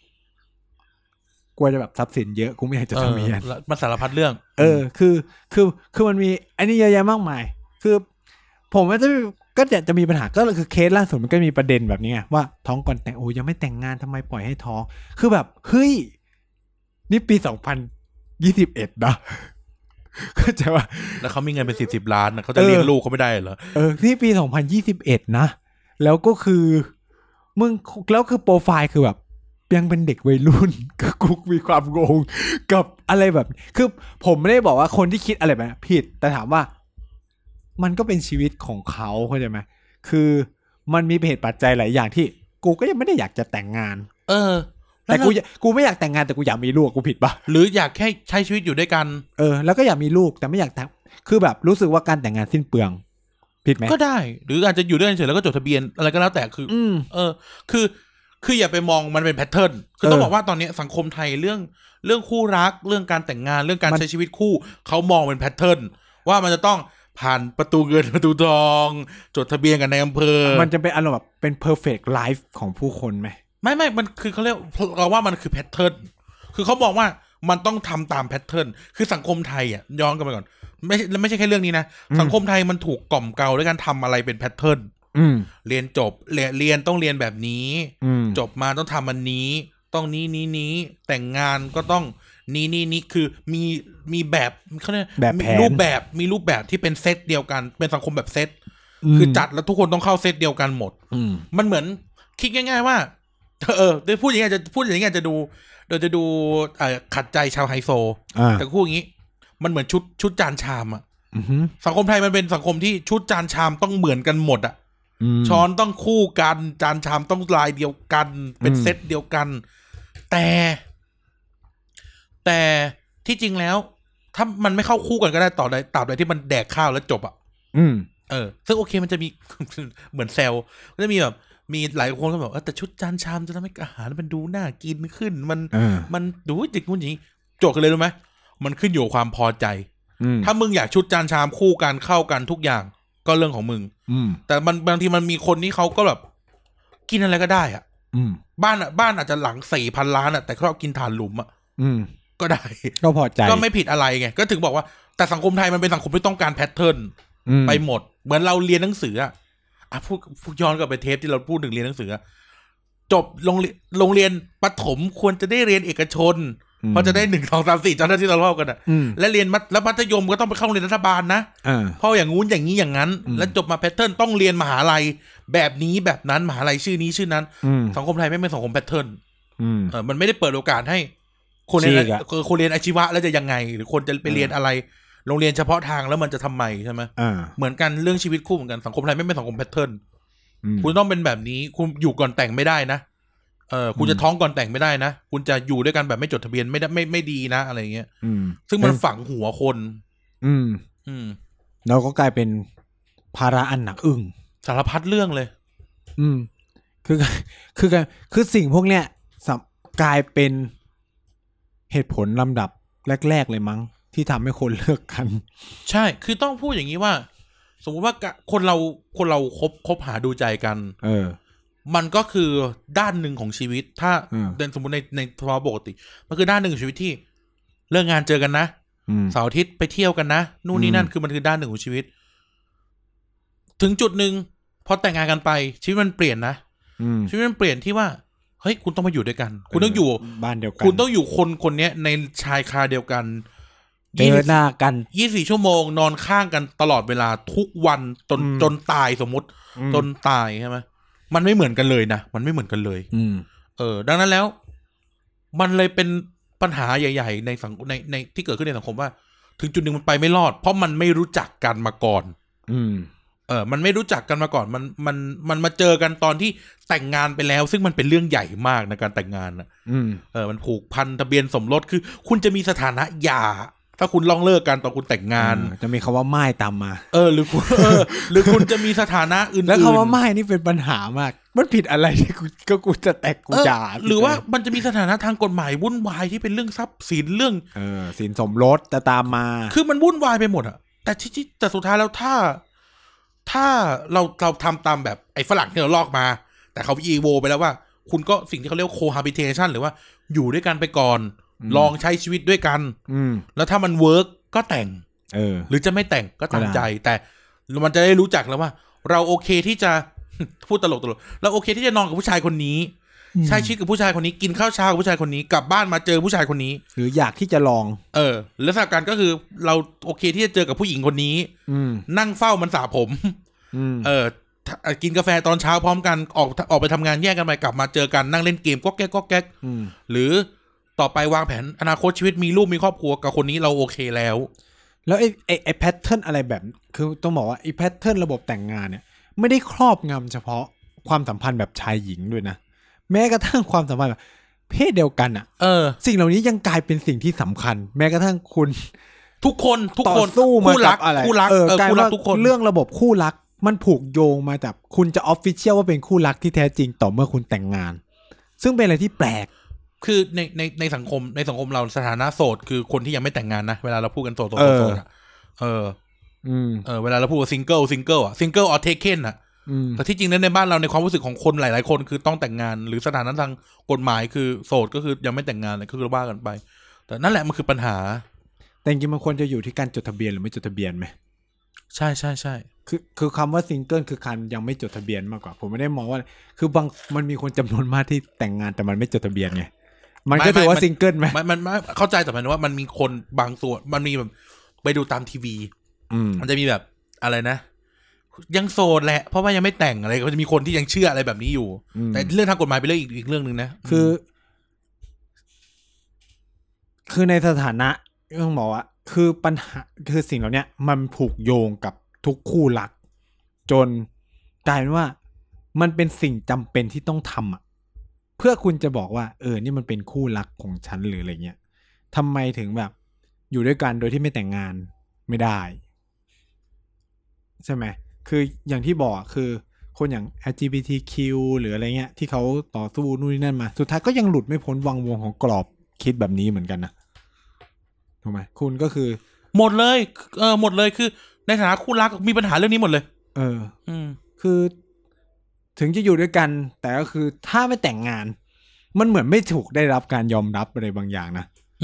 กลัวจะแบบทรัพย์สินเยอะกูไม่อยากจดทะเบียนมันสารพัดเรื่องคือมันมีอันนี้เยอะแยะมากมายคือผมว่าก็จะมีปัญหาก็คือเคสล่าสุดมันก็มีประเด็นแบบนี้ไงว่าท้องก่อนแต่งโอ้ยังไม่แต่งงานทำไมปล่อยให้ท้องคือแบบเฮ้ยนี่ปี2021นะเข้าใจว่าแล้วเขามีเงินเป็น10 ล้านนะเขาจะเลี้ยงลูกเขาไม่ได้เหรอนี่ปี2021นะแล้วก็คือมึงแล้วคือโปรไฟล์คือแบบยังเป็นเด็กวัยรุ่นก็กูมีความงงกับอะไรแบบคือผมไม่ได้บอกว่าคนที่คิดอะไรแบบนั้นผิดแต่ถามว่ามันก็เป็นชีวิตของเขาเข้าใจไหมคือมันมีเหตุปัจจัยหลายอย่างที่กูก็ยังไม่ได้อยากจะแต่งงานแต่กูไม่อยากแต่งงานแต่กูอยากมีลูกกูผิดปะหรืออยากแค่ใช้ชีวิตอยู่ด้วยกันแล้วก็อยากมีลูกแต่ไม่อยากแต่งคือแบบรู้สึกว่าการแต่งงานสิ้นเปลืองผิดไหมก็ได้หรืออาจจะอยู่ด้วยกันเฉยแล้วก็จดทะเบียนอะไรก็แล้วแต่คือคืออย่าไปมองมันเป็นแพทเทิร์นคือต้องบอกว่าตอนนี้สังคมไทยเรื่องคู่รักเรื่องการแต่งงานเรื่องการใช้ชีวิตคู่เขามองเป็นแพทเทิร์นว่ามันจะต้องผ่านประตูเงินประตูทองจดทะเบียนกันในอำเภอมันจะเป็นอารมณ์แบบเป็น perfect life ของผู้คนไหมไม่มันคือเขาเรียกเราว่ามันคือแพทเทิร์นคือเขาบอกว่ามันต้องทำตามแพทเทิร์นคือสังคมไทยอ่ะย้อนกลับไปก่อนไม่ใช่แค่เรื่องนี้นะสังคมไทยมันถูกกล่อมเกลาด้วยการทำอะไรเป็นแพทเทิร์นเรียนจบเรียนต้องเรียนแบบนี้จบมาต้องทำอันนี้ต้องนี้แต่งงานก็ต้องนี้คือมีแบบเขาเรียกมีรูปแบบที่เป็นเซตเดียวกันเป็นสังคมแบบเซตคือจัดแล้วทุกคนต้องเข้าเซตเดียวกันหมดมันเหมือนคิดง่ายๆว่าได้พูดอย่างนี้จะพูดอย่างนี้จะดูขัดใจชาวไฮโซแต่พูดอย่างนี้มันเหมือนชุดจานชามอ่ะสังคมไทยมันเป็นสังคมที่ชุดจานชามต้องเหมือนกันหมดอ่ะช้อนต้องคู่กันจานชามต้องลายเดียวกันเป็นเซตเดียวกันแต่ที่จริงแล้วถ้ามันไม่เข้าคู่กันก็ได้ต่อได้ตราบใดที่มันแดกข้าวแล้วจบอ่ะซึ่งโอเคมันจะมี เหมือนเซลล์ก็จะมีแบบมีหลายคนก็บอกแต่ชุดจานชามจะทำให้อาหารมันดูน่ากินขึ้นมันดูจิกงุ่นอย่างนี้โจทย์กันเลยรู้ไหมมันขึ้นอยู่กับความพอใจถ้ามึงอยากชุดจานชามคู่กันเข้ากันทุกอย่างก็เรื่องของมึงแต่มันบางทีมันมีคนที่เขาก็แบบกินอะไรก็ได้อ่ะบ้านอาจจะหลัง4,000 ล้านอ่ะแต่เขากินถ่านหลุมอ่ะก็ได้ก็พอใจก็ไม่ผิดอะไรไงก็ถึงบอกว่าแต่สังคมไทยมันเป็นสังคมที่ต้องการแพทเทิร์นไปหมดเหมือนเราเรียนหนังสืออ่ะพูดย้อนกลับไปเทปที่เราพูดถึงเรียนหนังสือจบโรงเรียนประถมควรจะได้เรียนเอกชนเพราะจะได้1 2 3 4จำได้ที่เราเล่ากันและเรียนแล้วมัธยมก็ต้องไปเข้าโรงเรียนรัฐบาลนะเพราะอย่างงู้นอย่างนี้อย่างนั้นแล้วจบมาแพทเทิร์นต้องเรียนมหาลัยแบบนี้แบบนั้นมหาลัยชื่อนี้ชื่อนั้นสังคมไทยไม่เป็นสังคมแพทเทิร์นมันไม่ได้เปิดโอกาสให้คนเรียนอาชีวะแล้วจะยังไงหรือคนจะไปเรียนอะไรโรงเรียนเฉพาะทางแล้วมันจะทำไมใช่ไหมเหมือนกันเรื่องชีวิตคู่เหมือนกันสังคมไทยไม่เป็นสังคมแพทเทิร์นคุณต้องเป็นแบบนี้คุณอยู่ก่อนแต่งไม่ได้นะคุณจะท้องก่อนแต่งไม่ได้นะคุณจะอยู่ด้วยกันแบบไม่จดทะเบียนไม่ดีนะอะไรเงี้ยซึ่งมันฝังหัวคนเราก็กลายเป็นภาระอันหนักอึ้งสารพัดเรื่องเลยคือสิ่งพวกเนี้ยกลายเป็นเหตุผลลำดับแรกๆเลยมั้งที่ทำให้คนเลิกกันใช่คือต้องพูดอย่างนี้ว่าสมมติว่าคนเราคบหาดูใจกันมันก็คือด้านหนึ่งของชีวิตถ้าเดินสมมติในภาวะปกติมันคือด้านหนึ่งของชีวิตที่เลิกงานเจอกันนะเสาร์อาทิตย์ไปเที่ยวกันนะนู่นนี่นั่นคือมันคือด้านหนึ่งของชีวิตถึงจุดหนึ่งพอแต่งงานกันไปชีวิตมันเปลี่ยนนะชีวิตมันเปลี่ยนที่ว่าเฮ้ยคุณต้องมาอยู่ด้วยกันคุณต้องอยู่บ้านเดียวกันคุณต้องอยู่คนนี้ในชายคาเดียวกันเจอหน้ากัน 24 ชั่วโมงนอนข้างกันตลอดเวลาทุกวันจนตายสมมติจนตายใช่ไหมมันไม่เหมือนกันเลยนะมันไม่เหมือนกันเลยดังนั้นแล้วมันเลยเป็นปัญหาใหญ่ๆในสังในที่เกิดขึ้นในสังคมว่าถึงจุดหนึ่งมันไปไม่รอดเพราะมันไม่รู้จักกันมาก่อนมันไม่รู้จักกันมาก่อนมันมาเจอกันตอนที่แต่งงานไปแล้วซึ่งมันเป็นเรื่องใหญ่มากในการแต่งงานอ่ะมันผูกพันทะเบียนสมรสคือคุณจะมีสถานะหย่าถ้าคุณล่องเลิกกันตอนคุณแต่งงานจะมีคำว่าม่ายตามมาหรือคุณหรือคุณจะมีสถานะอื่นๆแล้วคำว่าม่ายนี่เป็นปัญหามากมันผิดอะไรที่กูจะแตกกูหย่าหรือว่ามันจะมีสถานะทางกฎหมายวุ่นวายที่เป็นเรื่องทรัพย์สินเรื่องสินสมรสจะตามมาคือมันวุ่นวายไปหมดอะแต่สุดท้ายแล้วถ้าเราทำตามแบบไอ้ฝรั่งที่เราลอกมาแต่เขาอีโวไปแล้วว่าคุณก็สิ่งที่เขาเรียก cohabitation หรือว่าอยู่ด้วยกันไปก่อนลองใช้ชีวิตด้วยกันแล้วถ้ามันเวิร์กก็แต่งหรือจะไม่แต่งก็ตามใจแต่มันจะได้รู้จักแล้วว่าเราโอเคที่จะพูดตลกเราโอเคที่จะนอนกับผู้ชายคนนี้ใช้ชีวิตกับผู้ชายคนนี้กินข้าวเช้ากับผู้ชายคนนี้กลับบ้านมาเจอผู้ชายคนนี้หรืออยากที่จะลองแล้วสถานการณ์ก็คือเราโอเคที่จะเจอกับผู้หญิงคนนี้นั่งเฝ้ามันสระผมกินกาแฟตอนเช้าพร้อมกันออกไปทำงานแยกกันไปกลับมาเจอกันนั่งเล่นเกมก็แก๊กหรือต่อไปวางแผนอนาคตชีวิตมีลูกมีครอบครัวกับคนนี้เราโอเคแล้วไอ้แพทเทิร์นอะไรแบบคือต้องบอกว่าไอ้แพทเทิร์นระบบแต่งงานเนี่ยไม่ได้ครอบงำเฉพาะความสัมพันธ์แบบชายหญิงด้วยนะแม้กระทั่งความสัมพันธ์แบบเพศเดียวกันอ่ะสิ่งเหล่านี้ยังกลายเป็นสิ่งที่สำคัญแม้กระทั่งคุณทุกคนสู้มากับอะไรคู่รักทุกคนเรื่องระบบคู่รักมันผูกโยงมาจากคุณจะออฟฟิเชียลว่าเป็นคู่รักที่แท้จริงต่อเมื่อคุณแต่งงานซึ่งเป็นอะไรที่แปลกคือในสังคมเราสถานะโสดคือคนที่ยังไม่แต่งงานนะเวลาเราพูดกันโสดเวลาเราพูดว่าซิงเกิลอ่ะซิงเกิลออเทเคนอ่ะแต่ที่จริงแล้วในบ้านเราในความรู้สึกของคนหลายๆคนคือต้องแต่งงานหรือสถานะทางกฎหมายคือโสดก็คือยังไม่แต่งงานเลยคือว่ากันไปแต่นั่นแหละมันคือปัญหาแต่จริงๆมันควรจะอยู่ที่การจดทะเบียนหรือไม่จดทะเบียนไหมใช่คือคำว่าซิงเกิลคือการยังไม่จดทะเบียนมากกว่าผมไม่ได้มองว่าคือบางมันมีคนจำนวนมากที่แต่งงานแต่มันไม่จดทะเบียนไงมันก็ถือว่าซิงเกิลไหมมันเข้าใจแต่มันว่ามันมีคนบางส่วนมันมีแบบไปดูตามทีวีมันจะมีแบบอะไรนะยังโสดแหละเพราะว่ายังไม่แต่งอะไรก็จะมีคนที่ยังเชื่ออะไรแบบนี้อยู่แต่เรื่องทางกฎหมายเป็นเรื่องอีกเรื่องนึงนะคือในสถานะต้องบอกว่าคือปัญหาคือสิ่งเหล่านี้มันผูกโยงกับทุกคู่รักจนกลายเป็นว่ามันเป็นสิ่งจำเป็นที่ต้องทำอ่ะเพื่อคุณจะบอกว่านี่มันเป็นคู่รักของฉันหรืออะไรเงี้ยทำไมถึงแบบอยู่ด้วยกันโดยที่ไม่แต่งงานไม่ได้ใช่ไหมคืออย่างที่บอกคือคนอย่าง LGBTQ หรืออะไรเงี้ยที่เขาต่อสู้นู่นนี่นั่นมาสุดท้ายก็ยังหลุดไม่พ้นวังวงของกรอบคิดแบบนี้เหมือนกันนะถูกไหมคุณก็คือหมดเลยหมดเลยคือในฐานะคู่รักมีปัญหาเรื่องนี้หมดเลยคือถึงจะอยู่ด้วยกันแต่ก็คือถ้าไม่แต่งงานมันเหมือนไม่ถูกได้รับการยอมรับอะไรบางอย่างนะ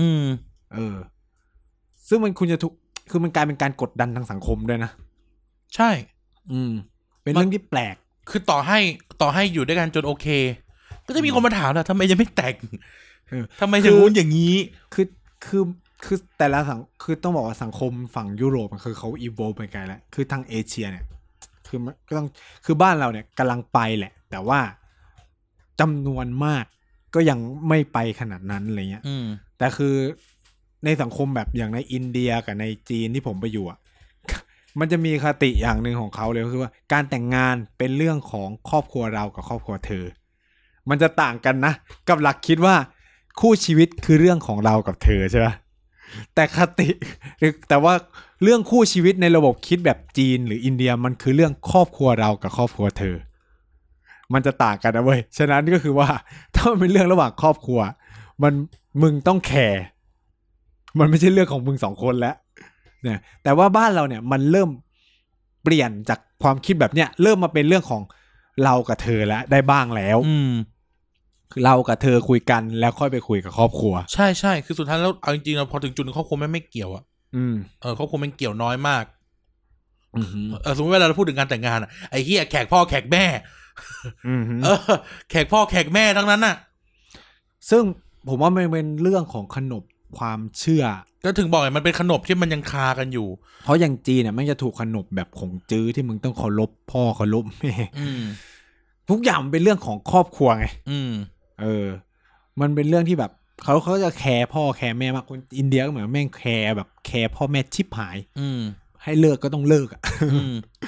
ซึ่งมันคุณจะถูกคือมันกลายเป็นการกดดันทางสังคมด้วยนะใช่เป็นเรื่องที่แปลกคือต่อให้อยู่ด้วยกันจนโอเคก็จะมีคนมาถามนะทำไมยังไม่แต่งทำไมถึงรู้อย่างนี้คือแต่ละคือต้องบอกว่าสังคมฝั่งยุโรปคือเขาอีโวไปไกลแล้วคือทางเอเชียเนี่ยคือก็ต้องคือบ้านเราเนี่ยกำลังไปแหละแต่ว่าจำนวนมากก็ยังไม่ไปขนาดนั้นอะไรเงี้ยแต่คือในสังคมแบบอย่างในอินเดียกับในจีนที่ผมไปอยู่อ่ะมันจะมีคติอย่างหนึ่งของเขาเลยคือว่าการแต่งงานเป็นเรื่องของครอบครัวเรากับครอบครัวเธอมันจะต่างกันนะกับหลักคิดว่าคู่ชีวิตคือเรื่องของเรากับเธอใช่ไหมแต่คติแต่ว่าเรื่องคู่ชีวิตในระบบคิดแบบจีนหรืออินเดียมันคือเรื่องครอบครัวเรากับครอบครัวเธอมันจะต่างกันนะเว้ยฉะนั้นก็คือว่าถ้ามันเป็นเรื่องระหว่างครอบครัวมึงต้องแคร์มันไม่ใช่เรื่องของมึงสองคนแล้วเนี่ยแต่ว่าบ้านเราเนี่ยมันเริ่มเปลี่ยนจากความคิดแบบเนี้ยเริ่มมาเป็นเรื่องของเรากับเธอแล้วได้บ้างแล้วคือเรากับเธอคุยกันแล้วค่อยไปคุยกับครอบครัวใช่คือสุดท้ายแล้วเอาจริงๆเราพอถึงจุดครอบครัวไม่เกี่ยวอ่ะครอบครัวมันเกี่ยวน้อยมากสมมติเวลาเราพูดถึงการแต่งงานอ่ะไอ้เหี้ยแขกพ่อแขกแม่แขกพ่อแขกแม่ทั้งนั้นน่ะซึ่งผมว่ามันเป็นเรื่องของขนบความเชื่อก็ถึงบอกไงมันเป็นขนบที่มันยังคากันอยู่เพราะอย่างจีนเนี่ยมันจะถูกขนบแบบของจื้อที่มึงต้องเคารพพ่อเคารพแม่ทุกอย่างมันเป็นเรื่องของครอบครัวไงมันเป็นเรื่องที่แบบเขาจะแคร์พ่อแคร์แม่มากคนอินเดียก็เหมือนแม่งแคร์แบบแคร์พ่อแม่ชิบหายให้เลิกก็ต้องเลิกอ่ะ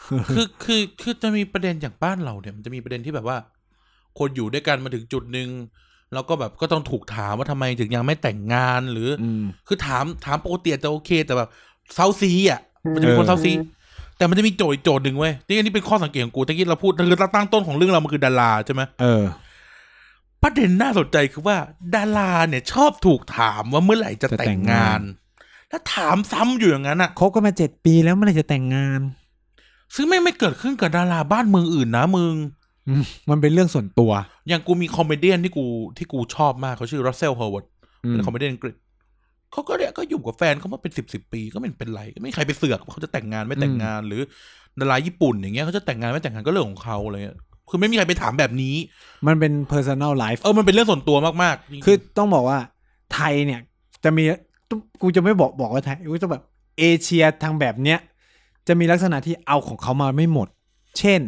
คือจะมีประเด็นอย่างบ้านเราเนี่ยมันจะมีประเด็นที่แบบว่าคนอยู่ด้วยกันมาถึงจุดนึงแล้วก็แบบก็ต้องถูกถามว่าทำไมถึงยังไม่แต่งงานหรือคือถามปกติจะโอเคแต่แบบเซาซีอ่ะมันจะมีคนเซาซีแต่มันจะมีโจทย์หนึ่งเว้ยนี่เป็นข้อสังเกตของกูตะกี้เราพูดคือตั้งต้นของเรื่องเรามันคือดาราใช่ไหมประเด็นน่าสนใจคือว่าดาราเนี่ยชอบถูกถามว่าเมื่อไหร่จะแต่งงานแล้วถามซ้ำอยู่อย่างนั้นอ่ะคบกันมา7 ปีแล้วเมื่อไหร่จะแต่งงานซึ่งไม่เกิดขึ้นกับดาราบ้านเมืองอื่นนะมึงมันเป็นเรื่องส่วนตัวอย่างกูมีคอมเมเดี้ที่กูชอบมากเขาชื่อรัสเซล ฮาวเวิร์ดเป็นคอมเมเดี้อังกฤษเขาก็เนี่ยก็อยู่กับแฟนเขามาเป็น10 ปีก็ไม่เป็นไรไม่มีใครไปเสือกเขาจะแต่งงานไม่แต่งงานหรือดาราญี่ปุ่นอย่างเงี้ยเขาจะแต่งงานไม่แต่งงานก็เรื่องของเขาอะไรเงี้ยคือไม่มีใครไปถามแบบนี้มันเป็น personal life มันเป็นเรื่องส่วนตัวมากๆคือต้องบอกว่าไทยเนี่ยจะมีกูจะไม่บอกว่าไทยกูจะแบบเอเชียทางแบบเนี้ยจะมีลักษณะที่เอาของเขามาไม่หมดเช่น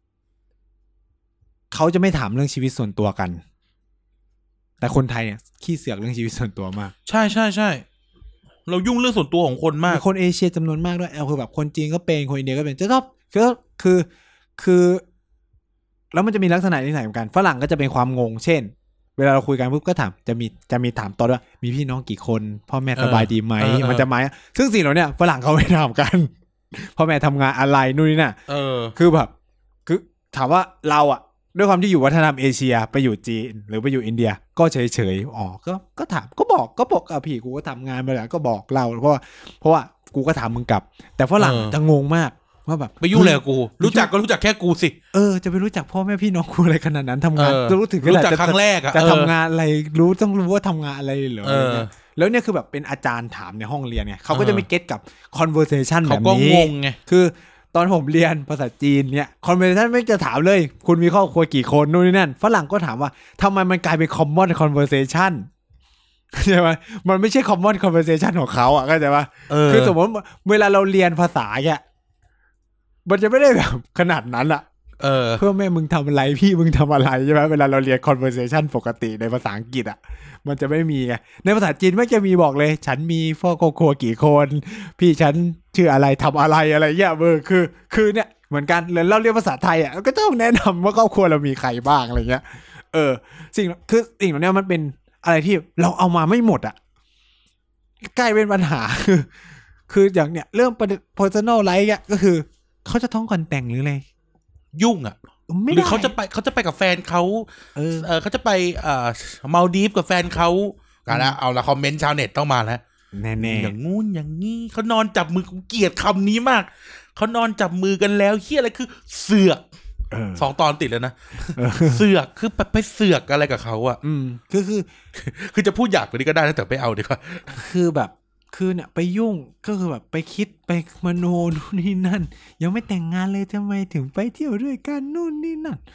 เขาจะไม่ถามเรื่องชีวิตส่วนตัวกันแต่คนไทยเนี่ยขี้เสือกเรื่องชีวิตส่วนตัวมากใช่เรายุ่งเรื่องส่วนตัวของคนมากคนเอเชียจำนวนมากด้วยคือแบบคนจีนก็เป็นคนอินเดียก็เป็นจะชอบคือแล้วมันจะมีลักษณะนิสัยเหมือนกันฝรั่งก็จะเป็นความงงเช่นเวลาเราคุยกันปุ๊บก็ถามจะมีถามต่อว่ามีพี่น้องกี่คนพ่อแม่สบายดีไหมมันจะไหมซึ่งสิ่งเหล่านี้ฝรั่งเขาไม่ถามกันพ่อแม่ทำงานอะไรนู่นนี่น่ะคือแบบคือถามว่าเราอะด้วยความที่อยู่วัฒนธรรมเอเชียไปอยู่จีนหรือไปอยู่อินเดียก็เฉยก็ถามก็บอกพี่กูก็ทำงานมาแล้วก็บอกเราเพราะว่ากูก็ถามมึงกลับแต่ฝรั่งจะงงมากว่าแบบไปยุ่งเลยกูรู้จักก็รู้จักแค่กูสิจะไปรู้จักพ่อแม่พี่น้องกูอะไรขนาดนั้นทำงานรู้ถึงรู้จักครั้งแรกจะทำงานอะไรต้องรู้ว่าทำงานอะไรเหรอแล้วเนี่ยคือแบบเป็นอาจารย์ถามในห้องเรียนไงเขาก็จะไม่เก็ตกับ conversation แบบนี้เขาก็งงไงคือตอนผมเรียนภาษาจีนเนี่ย conversation ไม่จะถามเลยคุณมีครอบครัวกี่คนนู่นนี่นั่นฝรั่งก็ถามว่าทำไมมันกลายเป็น common conversation ใช่ไหมมันไม่ใช่ common conversation ของเขาอ่ะเข้าใจป่ะคือสมมติเวลาเราเรียนภาษาเนี่ยมันจะไม่ได้แบบขนาดนั้นอ่ะเพื่อแม่มึงทำอะไรพี่มึงทำอะไรใช่ไหมเวลาเราเรียน conversation ปกติในภาษาอังกฤษอ่ะมันจะไม่มีไงในภาษาจีนไม่จะมีบอกเลยฉันมีครอบครัวกี่คนพี่ฉันชื่ออะไรทำอะไรเงี้ยคือเนี่ยเหมือนกันแล้วเราเรียนภาษาไทยอ่ะก็ต้องแนะนำว่าครอบครัวเรามีใครบ้างอะไรเงี้ยสิ่งเหล่านี้มันเป็นอะไรที่เราเอามาไม่หมดอ่ะกลายเป็นปัญหาคืออย่างเนี้ยเรื่อง personal life อ่ะก็คือเขาจะท้องก่อนแต่งหรืออะไรยุ่งอ่ะหรือเขาจะไปกับแฟนเขาเขาจะไปมาลดีฟกับแฟนเขากันแล้วเอาละคอมเมนต์ชาวเน็ตต้องมาแล้วแน่ๆอย่างงู้นอย่างงี้เขานอนจับมือกูเกลียดคำนี้มากเขานอนจับมือกันแล้วเหี้ยอะไรคือเสือก2 ตอนติดแล้วนะเสือกคือไปเสือกอะไรกับเขาอ่ะคือจะพูดหยาบกว่านี้ก็ได้นะแต่ไปเอาดีกว่าคือแบบคือเนี่ยไปยุ่งก็คือแบบไปคิดไปมโนนู่นนี่นั่นยังไม่แต่งงานเลยทำไมถึงไปเที่ยวด้วยกันนู่นนี่นั่น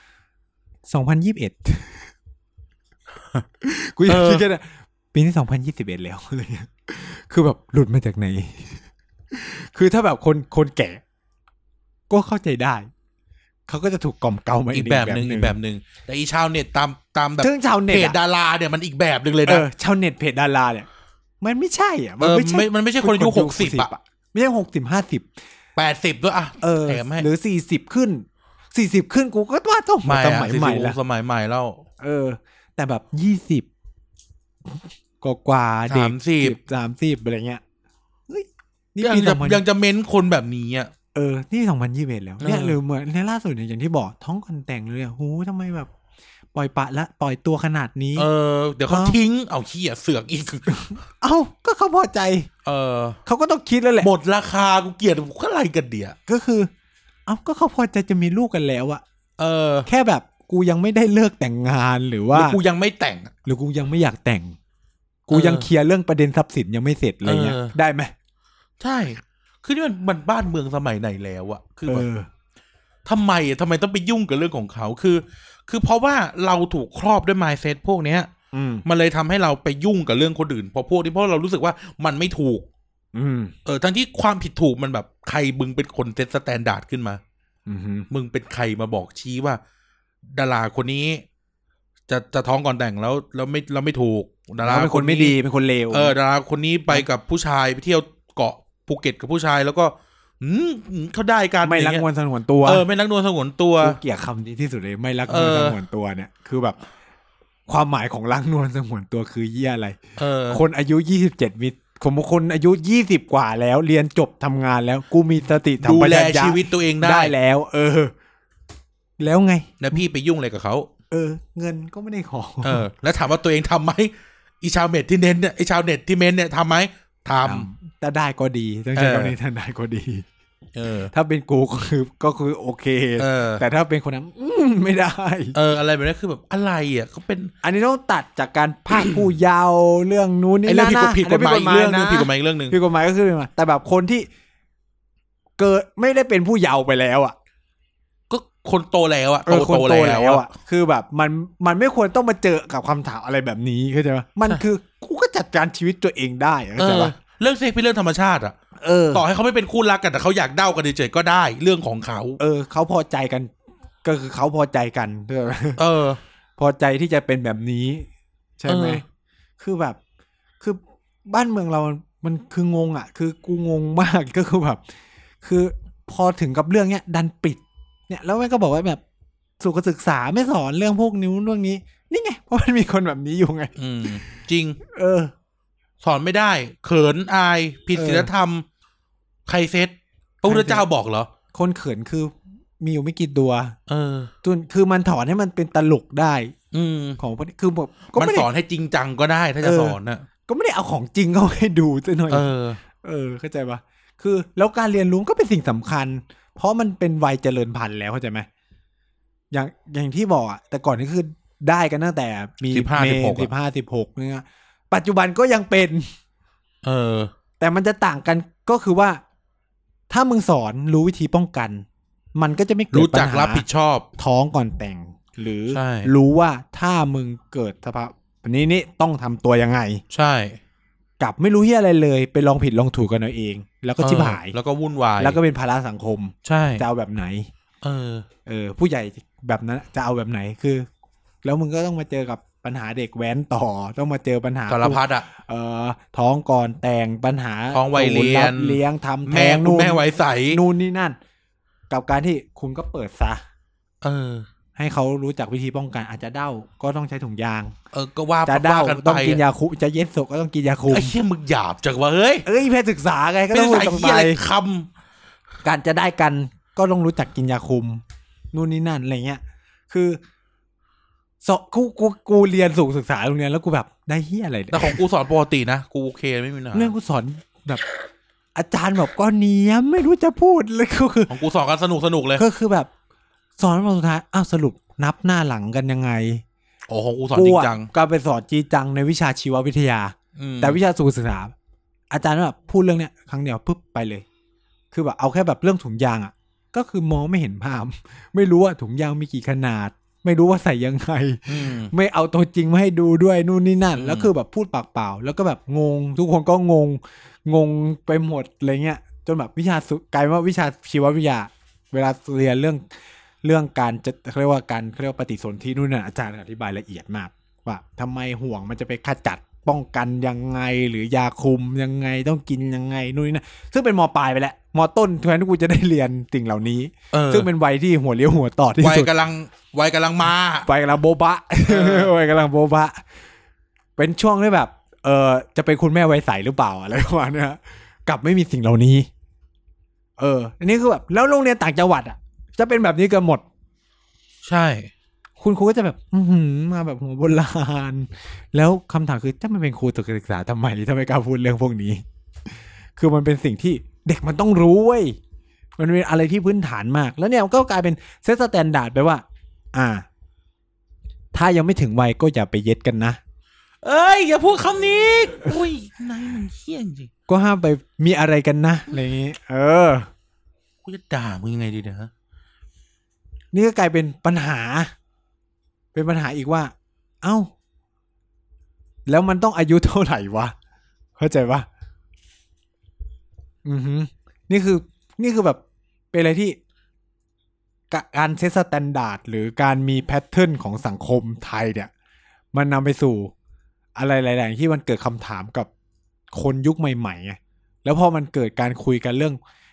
2021กูอยากคิดกันปีนี้2021แล้วอะไรเงี้ยคือแบบหลุดมาจากไหนคือถ้าแบบคนแก่ก็เข้าใจได้เขาก็จะถูกกล่อมเกลามาอีกแบบนึงแต่อีชาวเน็ตตามแบบเพจดาราเนี่ยมันอีกแบบนึงเลยนะชาวเน็ตเพจดาราเนี่ยมันไม่ใช่อ่ะมันไม่ใช่คนอายุ60อ่ะไม่ใช่60 50 80ด้วยอ่ะหรือ40ขึ้นกูก็ว่าต้องสมัยใหม่แล้วสมัยใหม่แล้วแต่แบบ20กว่าเด็ก30อะไรเงี้ยนี่ยังจะเม้นคนแบบนี้อ่ะนี่2021แล้วเนี่ยหรือเหมือนในล่าสุดอย่างที่บอกท้องก่อนแต่งเลยอ่ะโหทำไมแบบปล่อยตัวขนาดนี้เดี๋ยวเขาทิ้งเอาขี้เสือกอีกก็เขาพอใจเขาก็ต้องคิดแล้วแหละหมดราคากูเกลียดก็อะไรกันเดี๋ยก็คือก็เขาพอใจจะมีลูกกันแล้วอะแค่แบบกูยังไม่ได้เลิกแต่งงานหรือว่ากูยังไม่แต่งหรือกูยังไม่อยากแต่งกูยังเคลียร์เรื่องประเด็นทรัพย์สินยังไม่เสร็จอะไรเงี้ยได้ไหมใช่คือนี่มันบ้านเมืองสมัยไหนแล้วอะคือแบบทำไมต้องไปยุ่งกับเรื่องของเขาคือเพราะว่าเราถูกครอบด้วย mindset พวกเนี้ยมันเลยทำให้เราไปยุ่งกับเรื่องคนอื่นเพราะเรารู้สึกว่ามันไม่ถูกทั้งที่ความผิดถูกมันแบบใครมึงเป็นคนเซตสแตนดาร์ดขึ้นมามึงเป็นใครมาบอกชี้ว่าดาราคนนี้จะท้องก่อนแต่งแล้วไม่ถูกดาราเป็นคนไม่ดีเป็นคนเลวดาราคนนี้ไปกับผู้ชายไปเที่ยวเกาะภูเก็ตกับผู้ชายแล้วก็เขาได้กันไม่รักนวลสงวนตัวไม่รักนวลสงวนตัวเกลียดคำนี้ที่สุดเลยไม่รักนวลสงวนตัวเนี่ยคือแบบความหมายของรักนวลสงวนตัวคือเหี้ยอะไรคนอายุ27มีคนอายุ20กว่าแล้วเรียนจบทำงานแล้วกูมีสติธรรมปัญญาดูแลชีวิตตัวเองได้แล้วแล้วไงแล้วพี่ไปยุ่งอะไรกับเขาเงินก็ไม่ได้ขอแล้วถามว่าตัวเองทำไหมอีชาวเน็ตที่เน้นเนี่ยไอชาวเน็ตที่เม้นเนี่ยทำไหมทำแต่ได้ก็ดีต้องใช้คำนี้ถ้าได้ก็ดีถ้าเป็นกูก็คือโอเคแต่ถ้าเป็นคนนั้นไม่ได้อะไรแบบนี้คือแบบอะไรอ่ะเขาเป็นอันนี้ต้องตัดจากการพากผู้เยาว์เรื่องนู้นนี่นั่นนะผิดกฎหมายอีกเรื่องนึงผิดกฎหมายอีกเรื่องนึงผิดกฎหมายก็คือแต่แบบคนที่เกิดไม่ได้เป็นผู้เยาว์ไปแล้วอ่ะก็คนโตแล้วอ่ะโตแล้วอ่ะคือแบบมันไม่ควรต้องมาเจอกับคำถามอะไรแบบนี้เข้าใจไหมมันคือกูก็จัดการชีวิตตัวเองได้เข้าใจป่ะเรื่องเซ็กเป็นเรื่องธรรมชาติอ่ะต่อให้เขาไม่เป็นคู่รักกันแต่เขาอยากเด้ากันเฉยๆก็ได้เรื่องของเขาเขาพอใจกันก็คือเขาพอใจกันพอใจที่จะเป็นแบบนี้ใช่ไหมคือแบบคือบ้านเมืองเรามันคืองงอ่ะคือกูงงมากก็คือแบบคือพอถึงกับเรื่องเนี้ยดันปิดเนี่ยแล้วแม่ก็บอกว่าแบบสุขศึกษาไม่สอนเรื่องพวกนิ้วเรื่องนี้นี่ไงเพราะมันมีคนแบบนี้อยู่ไงจริงสอนไม่ได้เขินอายผิดศีลธรรมใครเซตพระพุทธเจ้าบอกเหรอคนเขินคือมีอยู่ไม่กี่ตัวจนคือมันถอนให้มันเป็นตลกได้ของคือแบบมันสอนให้จริงจังก็ได้ถ้าจะสอนน่ะก็ไม่ได้เอาของจริงเข้าให้ดูซะหน่อยเข้าใจปะคือแล้วการเรียนรู้ก็เป็นสิ่งสำคัญเพราะมันเป็นวัยเจริญพันธุ์แล้วเข้าใจไหมอย่างที่บอกอ่ะแต่ก่อนนี่คือได้กันตั้งแต่มี15-16เนี่ยปัจจุบันก็ยังเป็นแต่มันจะต่างกันก็คือว่าถ้ามึงสอนรู้วิธีป้องกันมันก็จะไม่เกิดปัญหารู้จักรับผิดชอบท้องก่อนแต่งหรือรู้ว่าถ้ามึงเกิดสภาพนี้ต้องทำตัวยังไงใช่กลับไม่รู้เหี้ยอะไรเลยไปลองผิดลองถูกกันเอาเองแล้วก็ชิบหายแล้วก็วุ่นวายแล้วก็เป็นภาระสังคมใช่จะเอาแบบไหนผู้ใหญ่แบบนั้นจะเอาแบบไหนคือแล้วมึงก็ต้องมาเจอกับปัญหาเด็กแว้นต่อต้องมาเจอปัญหาสารพัดอ่ะท้องก่อนแต่งปัญหาท้องวัยเลี้ยงทำแท้งแม่ไว้ใสนู่นนี่นั่นกับการที่คุณก็เปิดซะให้เขารู้จักวิธีป้องกันอาจจะเด้าก็ต้องใช้ถุงยางก็ว่าจะเด้าต้องกินยาคุมจะเย็ดศกก็ต้องกินยาคุมไอ้เหี้ยมึงหยาบจังวะเฮ้ยแพทย์ศึกษาไงก็ต้องรู้จักไปการจะได้กันก็ต้องรู้จักกินยาคุมนู่นนี่นั่นอะไรเงี้ยคือกูเรียนสูงศึกษาโรงเรียนแล้วกูแบบได้เหี้ยอะไรแต่ของกูสอนปกตินะกูโอเคไม่มีปัญหาเรื่องกูสอนแบบอาจารย์แบบก็เนียมไม่รู้จะพูดเลยก็คือของกูสอนกันสนุกเลยก็คือแบบสอนมาสุดท้ายสรุปนับหน้าหลังกันยังไงของกูสอนจริงจังก็ไปสอนจริงจังในวิชาชีววิทยาแต่วิชาสูงศึกษาอาจารย์แบบพูดเรื่องเนี้ยครั้งเดียวปุ๊บไปเลยคือแบบเอาแค่แบบเรื่องถุงยางก็คือมองไม่เห็นภาพไม่รู้ว่าถุงยางมีกี่ขนาดไม่รู้ว่าใส่ยังไงไม่เอาตัวจริงมาให้ดูด้วยนู่นนี่นั่นแล้วคือแบบพูดปากเปล่าแล้วก็แบบงงทุกคนก็งงไปหมดอะไรเงี้ยจนแบบวิชากลายว่าวิชาชีววิทยาเวลาเรียนเรื่องการจะเรียกว่าปฏิสนธินู่นน่ะอาจารย์อธิบายละเอียดมากว่าทำไมห่วงมันจะไปขจัดป้องกันยังไงหรือยาคุมยังไงต้องกินยังไงนู่นนี่นะซึ่งเป็นม.ปลายไปแล้วม.ต้นแทนที่กูจะได้เรียนสิ่งเหล่านี้ซึ่งเป็นวัยที่หัวเลี้ยวหัวต่อที่สุดวัยกำลังโบบะวัยกำลังโบบะเป็นช่วงที่แบบจะเป็นคุณแม่วัยใสหรือเปล่าอะไรประมาณนี้กลับไม่มีสิ่งเหล่านี้อันนี้คือแบบแล้วโรงเรียนต่างจังหวัดจะเป็นแบบนี้กันหมดใช่คุณครูก็จะแบบมาแบบหัวโบราณแล้วคำถามคือจะไม่เป็นครูศึกษาทำไมกล้าพูดเรื่องพวกนี้คือมันเป็นสิ่งที่เด็กมันต้องรู้เว้ยมันเป็นอะไรที่พื้นฐานมากแล้วเนี่ยก็กลายเป็นเซตสแตนดาร์ดไปว่าถ้ายังไม่ถึงวัยก็อย่าไปเย็ดกันนะอย่าพูดคำนี้อุ้ยนายมันเหี้ยจริงก็ห้ามไปมีอะไรกันนะอะไรอย่างงี้กูจะด่ามึงยังไงดีนะนี่ก็กลายเป็นปัญหาอีกว่าแล้วมันต้องอายุเท่าไหร่วะเข้าใจปะนี่คือแบบเป็นอะไรที่การเซตสแตนดาร์ดหรือการมีแพทเทิร์นของสังคมไทยเนี่ยมันนำไปสู่อะไรหลายๆที่มันเกิดคำถามกับคนยุคใหม่ๆไงแล้วพอมันเกิดการคุยกันเรื่อง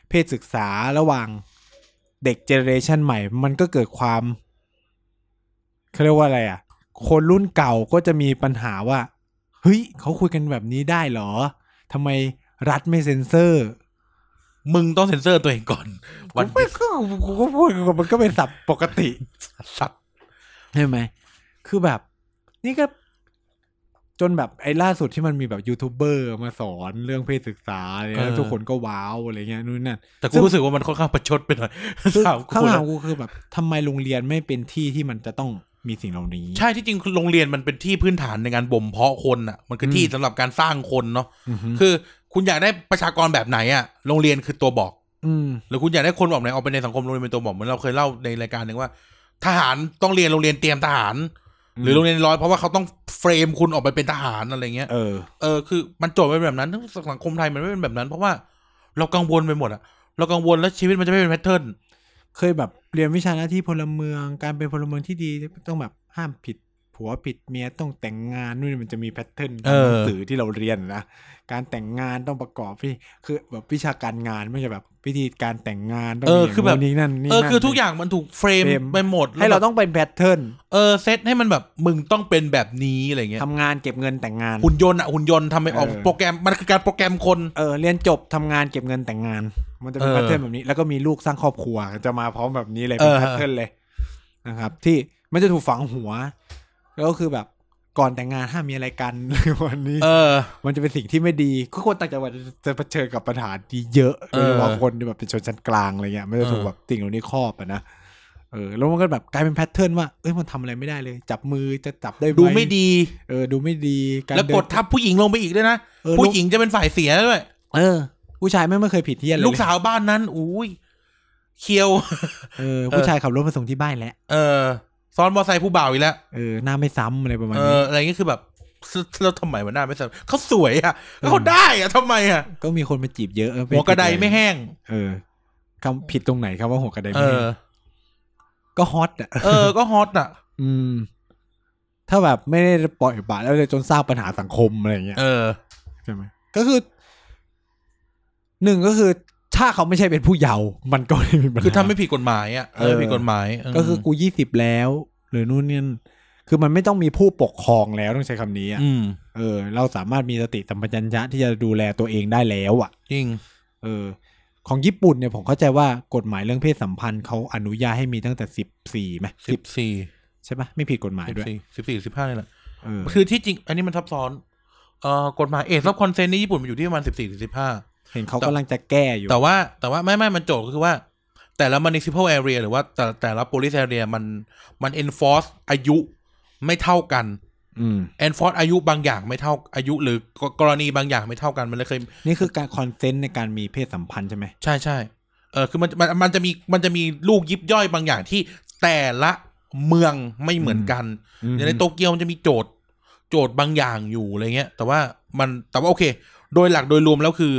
เพศศึกษาระหว่างเด็กเจเนอเรชันใหม่มันก็เกิดความเขาเรียกว่าอะไรอ่ะคนรุ่นเก่าก็จะมีปัญหาว่าเฮ้ยเขาคุยกันแบบนี้ได้เหรอทำไมรัฐไม่เซ็นเซอร์มึงต้องเซ็นเซอร์ตัวเองก่อนวันนี้กูก็พูดมันก็เป็นศัพท์ปกติสัตว์ใช่ไหมคือแบบนี่ก็จนแบบไอ้ล่าสุดที่มันมีแบบยูทูบเบอร์มาสอนเรื่องเพศศึกษาอะไรแล้วทุกคนก็ว้าวอะไรเงี้ยนู่นนั่นแต่กูรู้สึกว่ามันค่อนข้างประชดไปหน่อยข้างหลังกูคือแบบทำไมโรงเรียนไม่เป็นที่ที่มันจะต้องมีสิ่งเหล่านี้ใช่ที่จริงโรงเรียนมันเป็นที่พื้นฐานในการบ่มเพาะคนอ่ะมันคือที่สำหรับการสร้างคนเนาะคือคุณอยากได้ประชากรแบบไหนอ่ะโรงเรียนคือตัวบอกหรือคุณอยากได้คนแบบไหนออกไปในสังคมโรงเรียนเป็นตัวบอกเหมือนเราเคยเล่าในรายการหนึ่งว่าทหารต้องเรียนโรงเรียนเตรียมทหารหรือโรงเรียนร้อยเพราะว่าเขาต้องเฟรมคุณออกไปเป็นทหารอะไรเงี้ยคือมันโจทย์เป็นแบบนั้นทั้งสังคมไทยมันไม่เป็นแบบนั้นเพราะว่าเรากังวลไปหมดอ่ะเรากังวลแล้วชีวิตมันจะไม่เป็นแพทเทิร์นเคยแบบเรียนวิชาหน้าที่พลเมืองการเป็นพลเมืองที่ดีต้องแบบห้ามผิดผัวผิดเมียต้องแต่งงานนู่นมันจะมีแพทเทิร์นหนังสือที่เราเรียนนะการแต่งงานต้องประกอบพี่คือแบบวิชาการงานไม่ใช่แบบวิธีการแต่งงานต้องคือแบบนี้นั่นคือทุกอย่างมันถูกเฟรมไปหมดให้เราต้องเป็นแพทเทิร์นเซตให้มันแบบมึงต้องเป็นแบบนี้อะไรเงี้ยทำงานเก็บเงินแต่งงานหุ่นยนต์ทำให้ออกโปรแกรมมันคือการโปรแกรมคนเรียนจบทำงานเก็บเงินแต่งงานมันจะเป็นแพทเทิร์นแบบนี้แล้วก็มีลูกสร้างครอบครัวจะมาพร้อมแบบนี้เลยเป็นแพทเทิร์นเลยนะครับที่มันจะถูกฝังหัวแล้วก็คือแบบก่อนแต่งงานห้ามมีอะไรกันวันนี้มันจะเป็นสิ่งที่ไม่ดีคนต่างจังหวัดจะเผชิญกับปัญหาดีเยอะโดยเฉพาะคนที่แบบเป็นชนชั้นกลางอะไรเงี้ยไม่ได้ถูกแบบสิ่งเหล่านี้ครอบนะแล้วมันก็แบบกลายเป็นแพทเทิร์นว่ามันทำอะไรไม่ได้เลยจับมือจะจับได้ไหมดูไม่ดีดูไม่ดีแล้วกดทับผู้หญิงลงไปอีกด้วยนะผู้หญิงจะเป็นฝ่ายเสียด้วยผู้ชายไม่เคยผิดที่อะไรลูกสาวบ้านนั้นอุ้ยเคียวผู้ชายขับรถมาส่งที่บ้านแล้วซ้อนมอไซค์ผู้บ่าวอีกแล้วหน้าไม่ซ้ำอะไรประมาณนี้อะไรเงี้ยคือแบบแล้วทำไมมันหน้าไม่ซ้ำเขาสวยอ่ะเขาได้อ่ะทำไมอ่ะก็มีคนมาจีบเยอะหัวกระไดไม่แห้งคำผิดตรงไหนครับว่าหัวกระไดไม่แห้งก็ฮอตอ่ะก็ฮอตอ่ะถ้าแบบไม่ได้ปล่อยบาทแล้วเลยจนสร้างปัญหาสังคมอะไรเงี้ยใช่ไหมก็คือหนึ่งก็คือถ้าเขาไม่ใช่เป็นผู้เยาว์มันก็ไม่มีปัญหาคือทำไม่ผิดกฎหมายอ่ะผิดกฎหมายก็คือกู20แล้วหรือนู่นนี่คือมันไม่ต้องมีผู้ปกครองแล้วต้องใช้คำนี้อ่ะเราสามารถมีสติสัมปชัญญะที่จะดูแลตัวเองได้แล้วอ่ะจริงของญี่ปุ่นเนี่ยผมเข้าใจว่ากฎหมายเรื่องเพศสัมพันธ์เขาอนุญาตให้มีตั้งแต่14ไหม14ใช่ปะไม่ผิดกฎหมายด้วย 14 15นี่แหละคือที่จริงอันนี้มันซับซ้อนกฎหมายเอทซับคอนเซนต์ในญี่ปุ่นมันอยู่ที่ประมาณ14-15 เห็นเขากำลังจะแก้อยู่แต่ว่าไม่มันโจทย์ก็คือว่าแต่ละ municipal area หรือว่าแต่ละ police area มัน enforce อายุไม่เท่ากันenforce อายุบางอย่างไม่เท่าอายุหรือกรณีบางอย่างไม่เท่ากันมันเลยเคยนี่คือการคอนเซนต์ในการมีเพศสัมพันธ์ใช่ไหมใช่คือมันจะมีลูกยิบย่อยบางอย่างที่แต่ละเมืองไม่เหมือนกันอย่างในโตเกียวมันจะมีโจทย์บางอย่างอยู่อะไรเงี้ยแต่ว่าโอเคโดยหลักโดยรวมแล้วคือ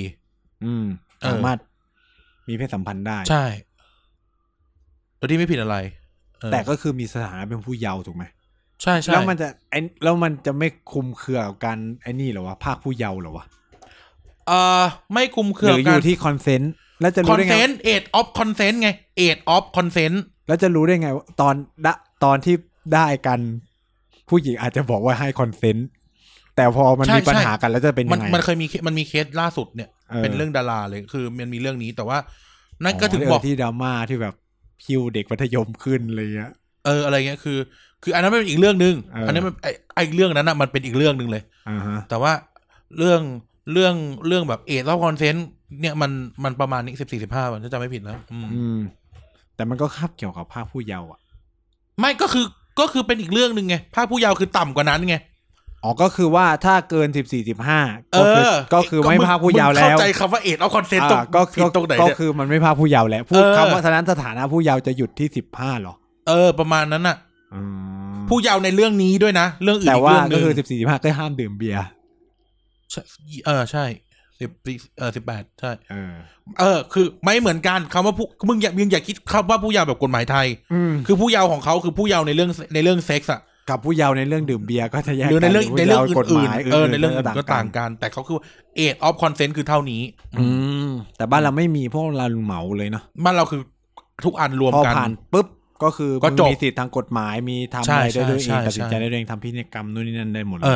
14 สามารถมีเพศสัมพันธ์ได้ใช่โดยที่ไม่ผิดอะไรแต่ก็คือมีสถานะเป็นผู้เยาว์ถูกไหมใช่แล้วมันจะไม่คุมเครือกับการไอ้นี่เหรอวะภาคผู้เยาว์เหรอวะไม่คุมเครือหรืออยู่ที่คอนเซนต์แล้วจะรู้ได้ไง consent age of consent ไง age of consent แล้วจะรู้ได้ไงตอนที่ได้กันผู้หญิงอาจจะบอกว่าให้คอนเซนต์แต่พอมันมีปัญหากันแล้วจะเป็นยังไงมันเคยมีเคสล่าสุดเนี่ยเป็นเรื่องดาราเลยคือมันมีเรื่องนี้แต่ว่านั่นก็ถึงบอกที่ดราม่าที่แบบคิวเด็กมัธยมขึ้นอะไรเงี้ยอะไรเงี้ยคืออันนั้นเป็นอีกเรื่องนึงอันนี้มันไอ้เรื่องนั้นน่ะมันเป็นอีกเรื่องนึงเลยแต่ว่าเรื่องแบบเล่าคอนเซนต์เนี่ยมันประมาณนี้14-15มันจะไม่ผิดนะแต่มันก็คาบเกี่ยวกับภาคผู้เยาว์อ่ะไม่ก็คือเป็นอีกเรื่องนึงไงภาคผู้เยาว์คือต่ำกว่านั้นไงก็คือว่าถ้าเกิน14-15ก็คือไม่ภาคผู้เยาว์แล้วเข้าใจคำว่าเอาคอนเซนต์ตรงไหนก็คือมันไม่ภาคผู้เยาว์แล้วพูดคำว่าฉะนั้นสถานะผู้เยาว์จะหยุดที่15หรอประมาณนั้นน่ะผู้เยาว์ในเรื่องนี้ด้วยนะเรื่องอื่นแต่ว่าก็คือ14-15ก็ห้ามดื่มเบียร์ใช่18ใช่คือไม่เหมือนกันคำว่ามึงอย่าคิดคำว่าผู้เยาว์แบบกฎหมายไทยคือผู้เยาว์ของเขาคือผู้เยาว์ในเรื่องเซ็กส์อะกับผู้เยาว์ในเรื่องดื่มเบียร์ก็จะแยกหรือในเรื่องอื่นในเรื่องอื่นก็ต่างกักัน แต่เขาคือ age of consent คือเท่านี้แต่บ้านเราไม่มีพวกเราเหมาเลยเนาะบ้านเราคือทุกอันรวมกันพอผ่านปุ๊บก็คือมีสิทธิทางกฎหมายมีทำอะไรด้วยตัวเองตัดสินใจได้ด้วยเองทำพินัยกรรมนู่นนี่นั่นได้หมดเลย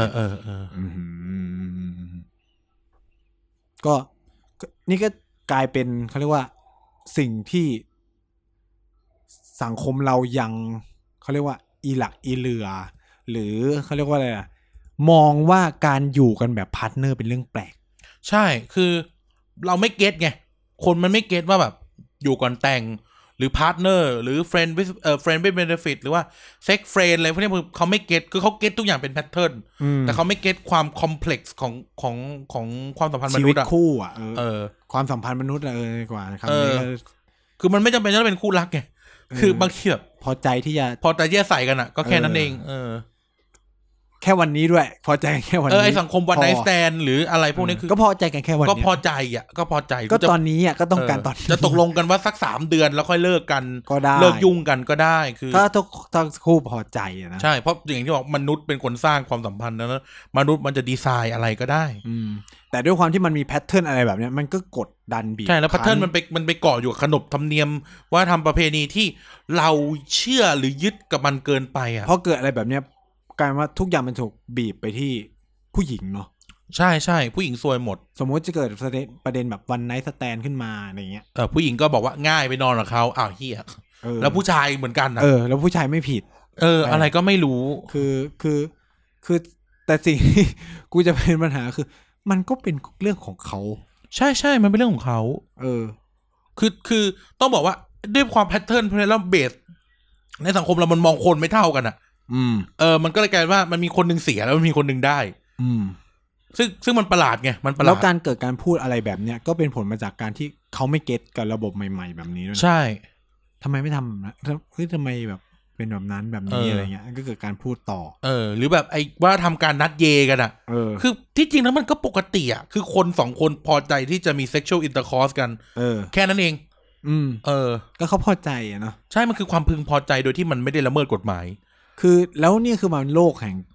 ก็นี่ก็กลายเป็นเขาเรียกว่าสิ่งที่สังคมเรายังเขาเรียกว่าอีหลักอีเหลือหรือเขาเรียกว่าอะไรอะมองว่าการอยู่กันแบบพาร์ทเนอร์เป็นเรื่องแปลกใช่คือเราไม่เก็ตไงคนมันไม่เก็ตว่าแบบอยู่ก่อนแต่งหรือพาร์ทเนอร์หรือเฟรนด์with benefit หรือว่าเซ็กเฟรนด์อะไรพวกนี้เขาไม่เก็ตคือเขาเก็ตทุกอย่างเป็นแพทเทิร์นแต่เขาไม่เก็ตความคอมเพล็กซ์ของความสัมพันธ์มนุษย์ชีวิตคู่อ่ะความสัมพันธ์มนุษย์กว่าคำนี้คือมันไม่จำเป็นต้องเป็นคู่รักไงคือบางทีแบบพอใจที่จะใส่กันอ่ะก็แค่นั้นเองแค่วันนี้ด้วยพอใจแค่วันนี้ไอสังคมวันไนท์สแตนหรืออะไรพวกนี้คือก็พอใจกันแค่วันนี้ก็พอใจอ่ะก็พอใจก็ตอนนี้อ่ะก็ต้องการตอนจะตกลงกันว่าสัก3 เดือนแล้วค่อยเลิกกันก็ได้เลิกยุ่งกันก็ได้คือถ้าทุกคู่พอใจนะใช่เพราะอย่างที่บอกมนุษย์เป็นคนสร้างความสัมพันธ์นะมนุษย์มันจะดีไซน์อะไรก็ได้แต่ด้วยความที่มันมีแพทเทิร์นอะไรแบบนี้มันก็กดดันบีบใช่แล้วแพทเทิร์นมันไปเกาะอยู่กับขนบธรรมเนียมว่าทำประเพณีที่เราเชื่อหรือยึดกับมันเกินไปอ่ะเพราะเกิดอะไรแบบเนี้ยกลายว่าทุกอย่างมันถูกบีบไปที่ผู้หญิงเนาะใช่ใช่ผู้หญิงซวยหมดสมมติจะเกิดประเด็นแบบวันไนท์สแตนขึ้นมาอะไรเงี้ยผู้หญิงก็บอกว่าง่ายไปนอนกับเขาอ้าวเฮียแล้วผู้ชายเหมือนกันนะแล้วผู้ชายไม่ผิดอะไรก็ไม่รู้คือแต่สิ่งที่กูจะเป็นปัญหาคือมันก็เป็นเรื่องของเขาใช่ใช่มันเป็นเรื่องของเขาคือต้องบอกว่าด้วยความแพทเทิร์นแล้วเบสในสังคมเรามันมองคนไม่เท่ากันอ่ะมันก็เลยกลายว่ามันมีคนนึงเสียแล้วมันมีคนนึงได้ซึ่งมันประหลาดไงมันประหลาดแล้วการเกิดการพูดอะไรแบบเนี้ยก็เป็นผลมาจากการที่เขาไม่เก็ตกับระบบใหม่ๆแบบนี้ด้วยใช่ทำไมไม่ทำนะทำไมแบบเป็นแบบนั้นแบบนี้อะไรเงี้ยก็เกิดการพูดต่อหรือแบบไอ้ว่าทำการนัดเยกันอ่ะคือที่จริงแล้วมันก็ปกติอ่ะคือคน2 คนพอใจที่จะมี sexual intercourse กันแค่นั้นเองก็เขาพอใจอ่ะเนาะใช่มันคือความพึงพอใจโดยที่มันไม่ได้ละเมิดกฎหมายคือแล้วนี่คือมันโลกแห่ง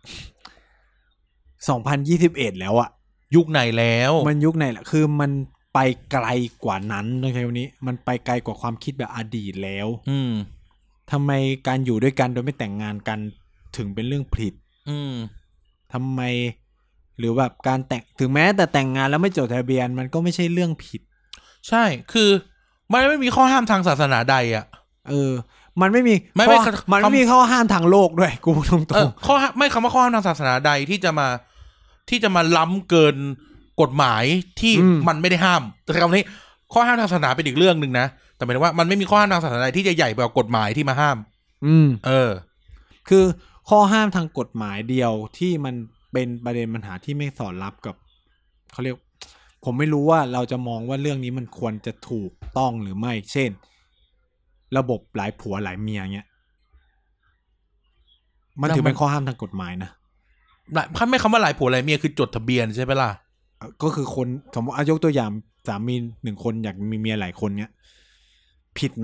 2021แล้วอะยุคไหนแล้วมันยุคไหนแหละคือมันไปไกลกว่านั้นในวันนี้มันไปไกลกว่าความคิดแบบอดีตแล้วทำไมการอยู่ด้วยกันโดยไม่แต่งงานกันถึงเป็นเรื่องผิดทำไมหรือแบบการแต่งถึงแม้แต่แต่งงานแล้วไม่จดทะเบียนมันก็ไม่ใช่เรื่องผิดใช่คือมันไม่มีข้อห้ามทางศาสนาใดอ่ะมันไม่มีข้อห้ามทางโลกด้วยกูตรงๆข้อไม่คำว่าข้อห้ามทางศาสนาใดที่จะมาล้ำเกินกฎหมายที่มันไม่ได้ห้ามแต่คำนี้ข้อห้ามทางศาสนาเป็นอีกเรื่องนึงนะแต่หมายถึงว่ามันไม่มีข้อห้ามทางศาสนาใดที่จะใหญ่กว่ากฎหมายที่มาห้ามคือข้อห้ามทางกฎหมายเดียวที่มันเป็นประเด็นปัญหาที่ไม่สอดรับกับเขาเรียกผมไม่รู้ว่าเราจะมองว่าเรื่องนี้มันควรจะถูกต้องหรือไม่เช่นระบบหลายผัวหลายเมียเงี้ยมันถือเป็นข้อห้ามทางกฎหมายนะไม่คำว่าหลายผัวหลายเมียคือจดทะเบียนใช่ไหมล่ะก็คือคนสมมติยกตัวอย่างสามี1 คนอยากมีเมียหลายคนเงี้ยผิดไหม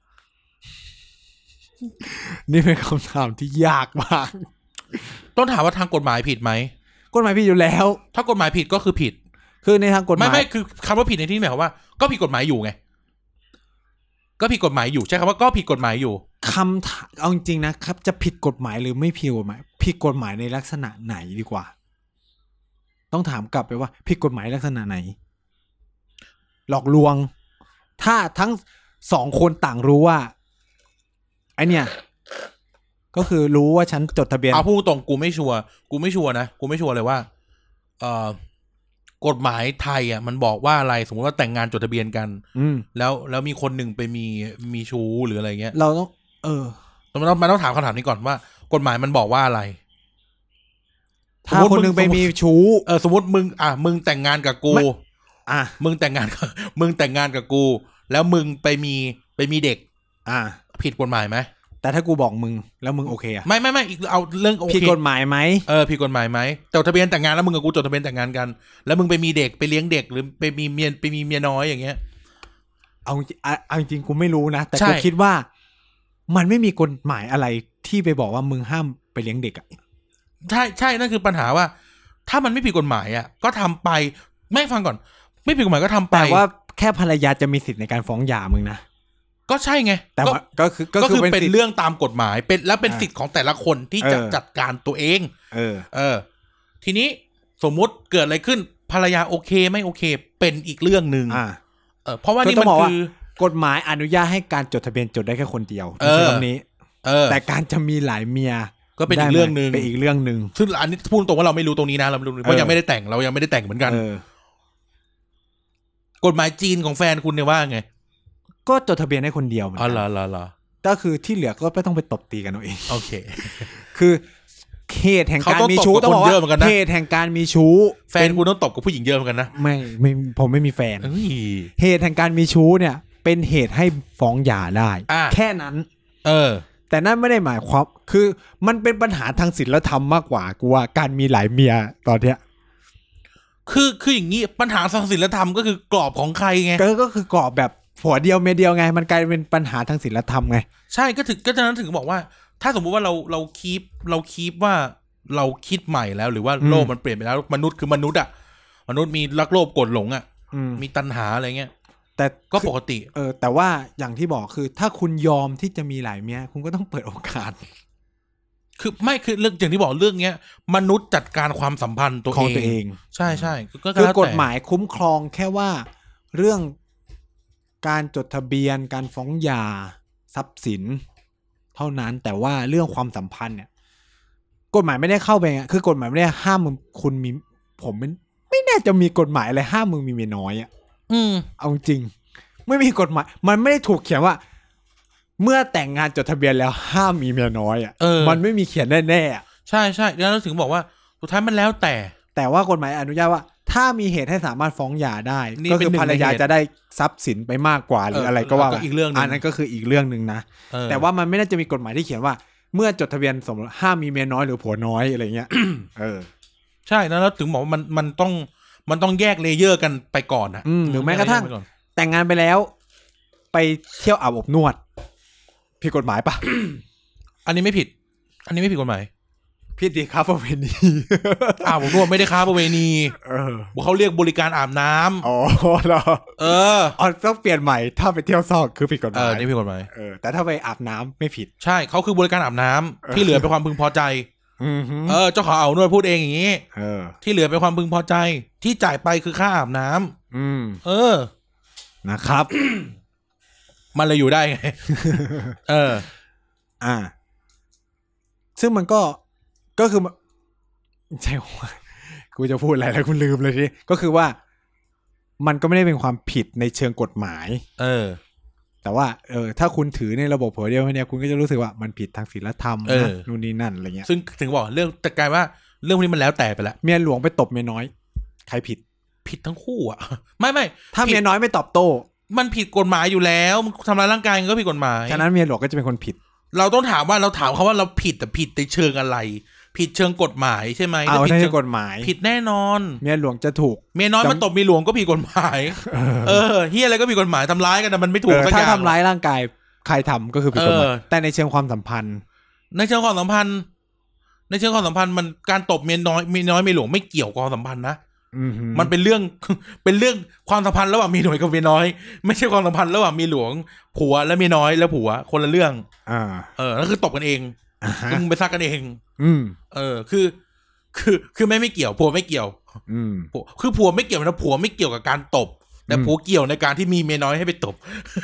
นี่เป็นคำถามที่ยากมากต้องถามว่าทางกฎหมายผิดไหมกฎหมายผิดอยู่แล้วถ้ากฎหมายผิดก็คือผิดคือในทางกฎหมายไม่คือคำว่าผิดในที่นี้หมายความว่าก็ผิดกฎหมายอยู่ไงก็ผิดกฎหมายอยู่ใช่คำว่าก็ผิดกฎหมายอยู่คำถามเอาจริงๆนะครับจะผิดกฎหมายหรือไม่ผิดกฎหมายผิดกฎหมายในลักษณะไหนดีกว่าต้องถามกลับไปว่าผิดกฎหมายลักษณะไหนหลอกลวงถ้าทั้ง2 คนต่างรู้ว่าไอเนี่ยก็คือรู้ว่าฉันจดทะเบียนพูดตรงกูไม่ชัวร์นะกูไม่ชัวร์เลยว่ากฎหมายไทยอ่ะมันบอกว่าอะไรสมมติว่าแต่งงานจดทะเบียนกันแล้วมีคนหนึ่งไปมีชู้หรืออะไรเงี้ยเราต้องมันต้องถามคำถามนี้ก่อนว่ากฎหมายมันบอกว่าอะไรถ้าคนหนึ่งไปมีชู้สมมติมึงแต่งงานกับกูมึงแต่งงานกับกูแล้วมึงไปมีเด็กผิดกฎหมายไหมแต่ถ้ากูบอกมึงแล้วมึงโอเคอะไม่เอาเรื่องโอเคผิดกฎหมายไหมผิดกฎหมายไหมจดทะเบียนแต่งงานแล้วมึงกับกูจดทะเบียนแต่งงานกันแล้วมึงไปมีเด็กไปเลี้ยงเด็กหรือไปมีเมียน้อยอย่างเงี้ยเอาจริงกูไม่รู้นะแต่กูคิดว่ามันไม่มีกฎหมายอะไรที่ไปบอกว่ามึงห้ามไปเลี้ยงเด็กอ่ะใช่นั่นคือปัญหาว่าถ้ามันไม่ผิดกฎหมายอ่ะก็ทำไปไม่ฟังก่อนไม่ผิดกฎหมายก็ทำไปแต่ว่าแค่ภรรยาจะมีสิทธิ์ในการฟ้องหย่ามึงนะก็ใช่ไงแต่ก็คือเป็นเรื่องตามกฎหมายเป็นสิทธิ์ของแต่ละคนที่จะจัดการตัวเองทีนี้สมมุติเกิดอะไรขึ้นภรรยาโอเคไม่โอเคเป็นอีกเรื่องนึงเพราะว่านี่มันคือกฎหมายอนุญาตให้การจดทะเบียนจดได้แค่คนเดียวในตรงนี้แต่การจะมีหลายเมียก็เป็นอีกเรื่องนึงซึ่งอันนี้พูดตรงว่าเราไม่รู้ตรงนี้นะเราไม่รู้เพราะยังไม่ได้แต่งเรายังไม่ได้แต่งเหมือนกันกฎหมายจีนของแฟนคุณเนี่ยว่าไงก็จดทะเบียนให้คนเดียวเหมือนกันเหรอก็คือที่เหลือก็ไม่ต้องไปตบตีกันเอาเองโอเคคือเหตุแห่งการมีชู้ต้องบอกว่าเหตุแห่งการมีชู้แฟนคุณต้องตบกับผู้หญิงเยอะเหมือนกันนะไม่ผมไม่มีแฟนเหตุแห่งการมีชู้เนี่ยเป็นเหตุให้ฟ้องหย่าได้แค่นั้นแต่นั่นไม่ได้หมายความคือมันเป็นปัญหาทางศีลธรรมมากกว่ากูว่าการมีหลายเมียตอนเนี้ยคืออย่างนี้ปัญหาทางศีลธรรมก็คือกรอบของใครไงก็คือกรอบแบบผัวเดียวเมียเดียวไงมันกลายเป็นปัญหาทางศีลธรรมไงใช่ก็ฉะนั้นถึงบอกว่าถ้าสมมุติว่าเราคีปว่าเราคิดใหม่แล้วหรือว่าโลกมันเปลี่ยนไปแล้วมนุษย์คือมนุษย์อ่ะมนุษย์มีรักโลภโกรธหลงอ่ะมีตัณหาอะไรเงี้ยแต่ก็ปกติแต่ว่าอย่างที่บอกคือถ้าคุณยอมที่จะมีหลายเมียคุณก็ต้องเปิดโอกาสคือไม่คือเรื่องอย่างที่บอกเรื่องเนี้ยมนุษย์จัดการความสัมพันธ์ตัวเองใช่คือกฎหมายคุ้มครองแค่ว่าเรื่องการจดทะเบียนการฟ้องหย่าทรัพย์สินเท่านั้นแต่ว่าเรื่องความสัมพันธ์เนี่ยกฎหมายไม่ได้เข้าไปไงคือกฎหมายไม่ได้ห้ามมึงคุณมีผมไม่แน่จะมีกฎหมายอะไรห้ามมึงมีเมียน้อยอ่ะเอาจริงไม่มีกฎหมายมันไม่ได้ถูกเขียนว่าเมื่อแต่งงานจดทะเบียนแล้วห้ามมีเมียน้อยอ่ะมันไม่มีเขียนแน่ๆใช่ๆแล้วถึงบอกว่าสุดท้ายมันแล้วแต่ว่ากฎหมายอนุญาตว่าถ้ามีเหตุให้สามารถฟ้องหย่าได้ก็คือภรรยาจะได้ทรัพย์สินไปมากกว่าหรืออะไรก็ว่าอีกเรื่องนึงอันนั้นก็คืออีกเรื่องนึงนะแต่ว่ามันไม่น่าจะมีกฎหมายที่เขียนว่าเมื่อจดทะเบียนสมรสห้ามมีเมียน้อยหรือผัวน้อยอะไรเงี้ยใช่แล้วถึงบอกว่ามันต้องแยกเลเยอร์กันไปก่อนอ่ะหรือแม้กระทั่งแต่งงานไปแล้วไปเที่ยวอาบอบนวดผิดกฎหมายปะอันนี้ไม่ผิดกฎหมายผิดดิค้าประเวณีผมนวดไม่ได้ค้าประเวณีเขาเรียกบริการอาบน้ำเหรอต้องเปลี่ยนใหม่ถ้าไปเที่ยวซอกคือผิดกฎหมายนี่ผิดกฎหมายแต่ถ้าไปอาบน้ำไม่ผิดใช่เขาคือบริการอาบน้ำที่เหลือเป็นความพึงพอใจเจ้าของอาบนวดพูดเองอย่างนี้ที่เหลือเป็นความพึงพอใจที่จ่ายไปคือค่าอาบน้ำนะครับมันเลยอยู่ได้ไงซึ่งมันก็คือใช่ว่ากูจะพูดอะไรแล้วกูลืมเลยทีก็คือว่ามันก็ไม่ได้เป็นความผิดในเชิงกฎหมายแต่ว่าถ้าคุณถือในระบบผัวเดียวเนี่ยคุณก็จะรู้สึกว่ามันผิดทางศีลธรรมนะนู่นนี่นั่นอะไรเงี้ยซึ่งถึงบอกเรื่องแต่กลายว่าเรื่องนี้มันแล้วแต่ไปละเมียหลวงไปตบเมียน้อยใครผิดทั้งคู่อ่ะไม่ถ้าเมียน้อยไม่ตอบโต้มันผิดกฎหมายอยู่แล้วทำร้ายร่างกายก็ผิดกฎหมายฉะนั้นเมียหลวงก็จะเป็นคนผิดเราต้องถามเขาว่าเราผิดแต่ผิดในเชิงอะไรผิดเชิงกฎหมายใช่ไหมผิดเชิงกฎหมายผิดแน่นอนเมียหลวงจะถูกเมียน้อยมาตบเมียหลวงก็ผิดกฎหมายเฮียอะไรก็ผิดกฎหมายทำร้ายกันแต่มันไม่ถูกสักอย่างถ้าทำร้ายร่างกายใครทำก็คือผิดกฎหมายแต่ในเชิงความสัมพันธ์ในเชิงความสัมพันธ์มันการตบเมียน้อยเมียหลวงไม่เกี่ยวกับความสัมพันธ์นะมันเป็นเรื่องความสัมพันธ์ระหว่างเมียหลวงกับเมียน้อยไม่ใช่ความสัมพันธ์ระหว่างเมียหลวงผัวและเมียน้อยแล้วผัวคนละเรื่องนั่นคือตบกันเองมึงไปซักกันเองคือไม่เกี่ยวผัวไม่เกี่ยวคือผัวไม่เกี่ยวนะผัวไม่เกี่ยวกับการตบแต่ผัวเกี่ยวในการที่มีเมียน้อยให้ไปตบ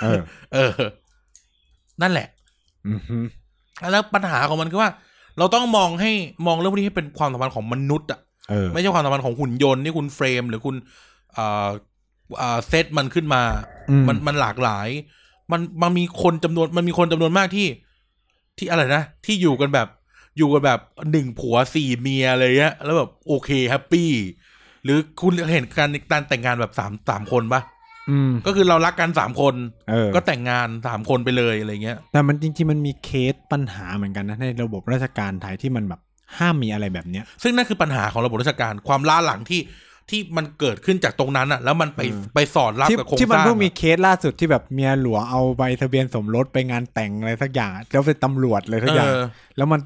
นั่นแหละแล้วปัญหาของมันคือว่าเราต้องมองเรื่องพวกนี้ให้เป็นความสัมพันธ์ของมนุษย์อ่ะไม่ใช่ความสัมพันธ์ของหุ่นยนต์ที่คุณเฟรมหรือคุณเซตมันขึ้นมามันหลากหลายมันมีคนจำนวนมากที่อะไรนะที่อยู่กันแบบ1ผัว4เมียอะไรเงี้ยแล้วแบบโอเคแฮปปี้หรือคุณเห็นการแต่งงานแบบ3คนป่ะก็คือเรารักกัน3คนก็แต่งงาน3คนไปเลยอะไรเงี้ยแต่มันจริงๆมันมีเคสปัญหาเหมือนกันนะในระบบราชการไทยที่มันแบบห้ามมีอะไรแบบเนี้ยซึ่งนั่นคือปัญหาของระบบราชการความล้าหลังที่มันเกิดขึ้นจากตรงนั้นอ่ะแล้วมันไปสอดรับกับโครงสร้างที่มันเพิ่งมีเคสล่าสุดที่แบบเมียหลวงเอาใบทะเบียนสมรสไปงานแต่งอะไรสักอย่างแล้วเป็นตำรวจเลยสักอย่างแล้วมันต้อง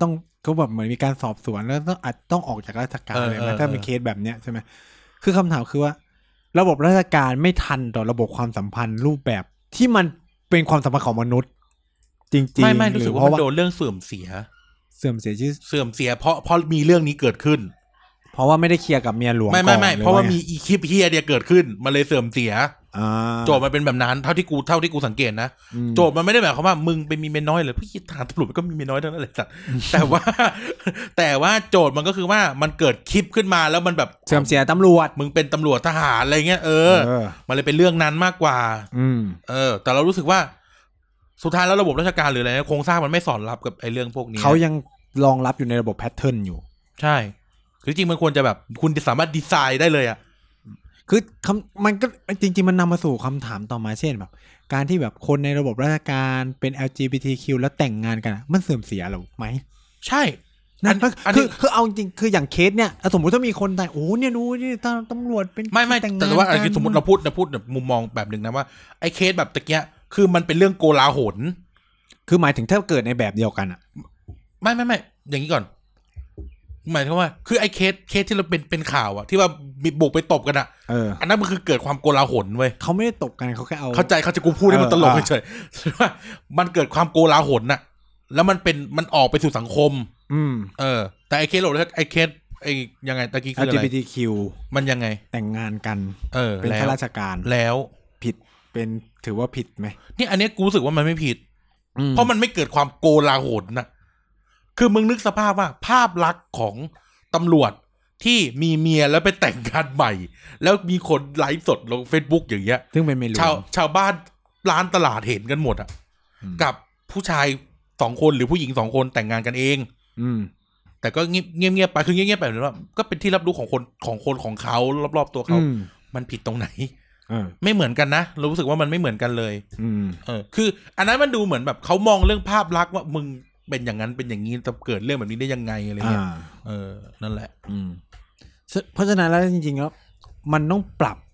ก็แบบเหมือนมีการสอบสวนแล้วต้องออกจากราชการเลยนะถ้าเป็นเคสแบบเนี้ยใช่ไหมคือคำถามคือว่าระบบราชการไม่ทันต่อระบบความสัมพันธ์รูปแบบที่มันเป็นความสัมพันธ์ของมนุษย์จริงๆไม่รู้สึกว่ามันโดนเรื่องเสื่อมเสียชื่อเสื่อมเสียเพราะมีเรื่องนี้เกิดขึ้นเพราะว่าไม่ได้เคลียร์กับเมียหลวงไม่เพราะว่ามีอีคลิปเฮียเดียเกิดขึ้นมันเลยเสื่อมเสียโจทย์มันเป็นแบบนั้นเท่าที่กูสังเกตนะโจทย์มันไม่ได้หมายความว่ามึงไปมีเมียน้อยหรือพี่ทหารตำรวจก็มีเมียน้อยเท่านั้นแหละแต่ว่าโจทย์มันก็คือว่ามันเกิดคลิปขึ้นมาแล้วมันแบบเสื่อมเสียตำรวจมึงเป็นตำรวจทหารอะไรเงี้ยมันเลยเป็นเรื่องนั้นมากกว่าแต่เรารู้สึกว่าสุดท้ายแล้วระบบราชการหรืออะไรโครงสร้างมันไม่สอนรับกับไอ้เรื่องพวกนี้เขายังรองรับอยู่ในระบบแพทเทิร์นอยู่ใช่คือจริงมันควรจะแบบคุณจะสามารถดีไซน์ได้เลยอ่ะคือมันก็จริงๆมันนำมาสู่คำถามต่อมาเช่นแบบการที่แบบคนในระบบราชการเป็น LGBTQ แล้วแต่งงานกันมันเสื่อมเสียหรือไหมใช่นั่นคือเอาจริงคืออย่างเคสเนี่ยสมมุติถ้ามีคนแต่งโอ้เนี่ยดูนี่ตำรวจเป็นไม่แต่ว่าสมมติเราพูดแบบมุมมองแบบนึงนะว่าไอ้เคสแบบตะเกียคือมันเป็นเรื่องโกลาหลคือหมายถึงถ้าเกิดในแบบเดียวกันอ่ะไม่อย่างนี้ก่อนหมายถึงว่าคือไอ้เคสที่เราเป็นข่าวอะที่ว่าบุกไปตบกันอะอันนั้นมันคือเกิดความโกลาหลเว้ยเขาไม่ได้ตบกันเขาแค่เอาเข้าใจกูพูดให้มันตลกเฉยๆว่ามันเกิดความโกลาหลน่ะแล้วมันออกไปสู่สังคมแต่ไอ้เคสไอ้ยังไงตะกี้คืออะไร LGBTQ มันยังไงแต่งงานกันเป็นข้าราชการแล้วผิดเป็นถือว่าผิดไหมนี่อันนี้กูรู้สึกว่ามันไม่ผิดเพราะมันไม่เกิดความโกลาหลน่ะคือมึงนึกสภาพว่าภาพลักษณ์ของตำรวจที่มีเมียแล้วไปแต่งงานใหม่แล้วมีคนไลฟ์สดลง Facebook อย่างเงี้ยซึ่งเป็นเมนูชาวบ้านร้านตลาดเห็นกันหมดอ่ะกับผู้ชาย2 คนหรือผู้หญิง2 คนแต่งงานกันเองแต่ก็เงียบไปคือเงียบไปเหมือนว่าก็เป็นที่รับรู้ของคนของเขารอบๆตัวเขามันผิดตรงไหนไม่เหมือนกันนะเรารู้สึกว่ามันไม่เหมือนกันเลยคืออันนั้นมันดูเหมือนแบบเขามองเรื่องภาพลักษณ์ว่ามึงเป็นอย่างนั้นเป็นอย่างนี้จะเกิดเรื่องแบบนี้ได้ยังไงอะไรเงี้ยนั่นแหละเพราะฉะนั้นแล้วจริงๆแล้วมันต้องปรับ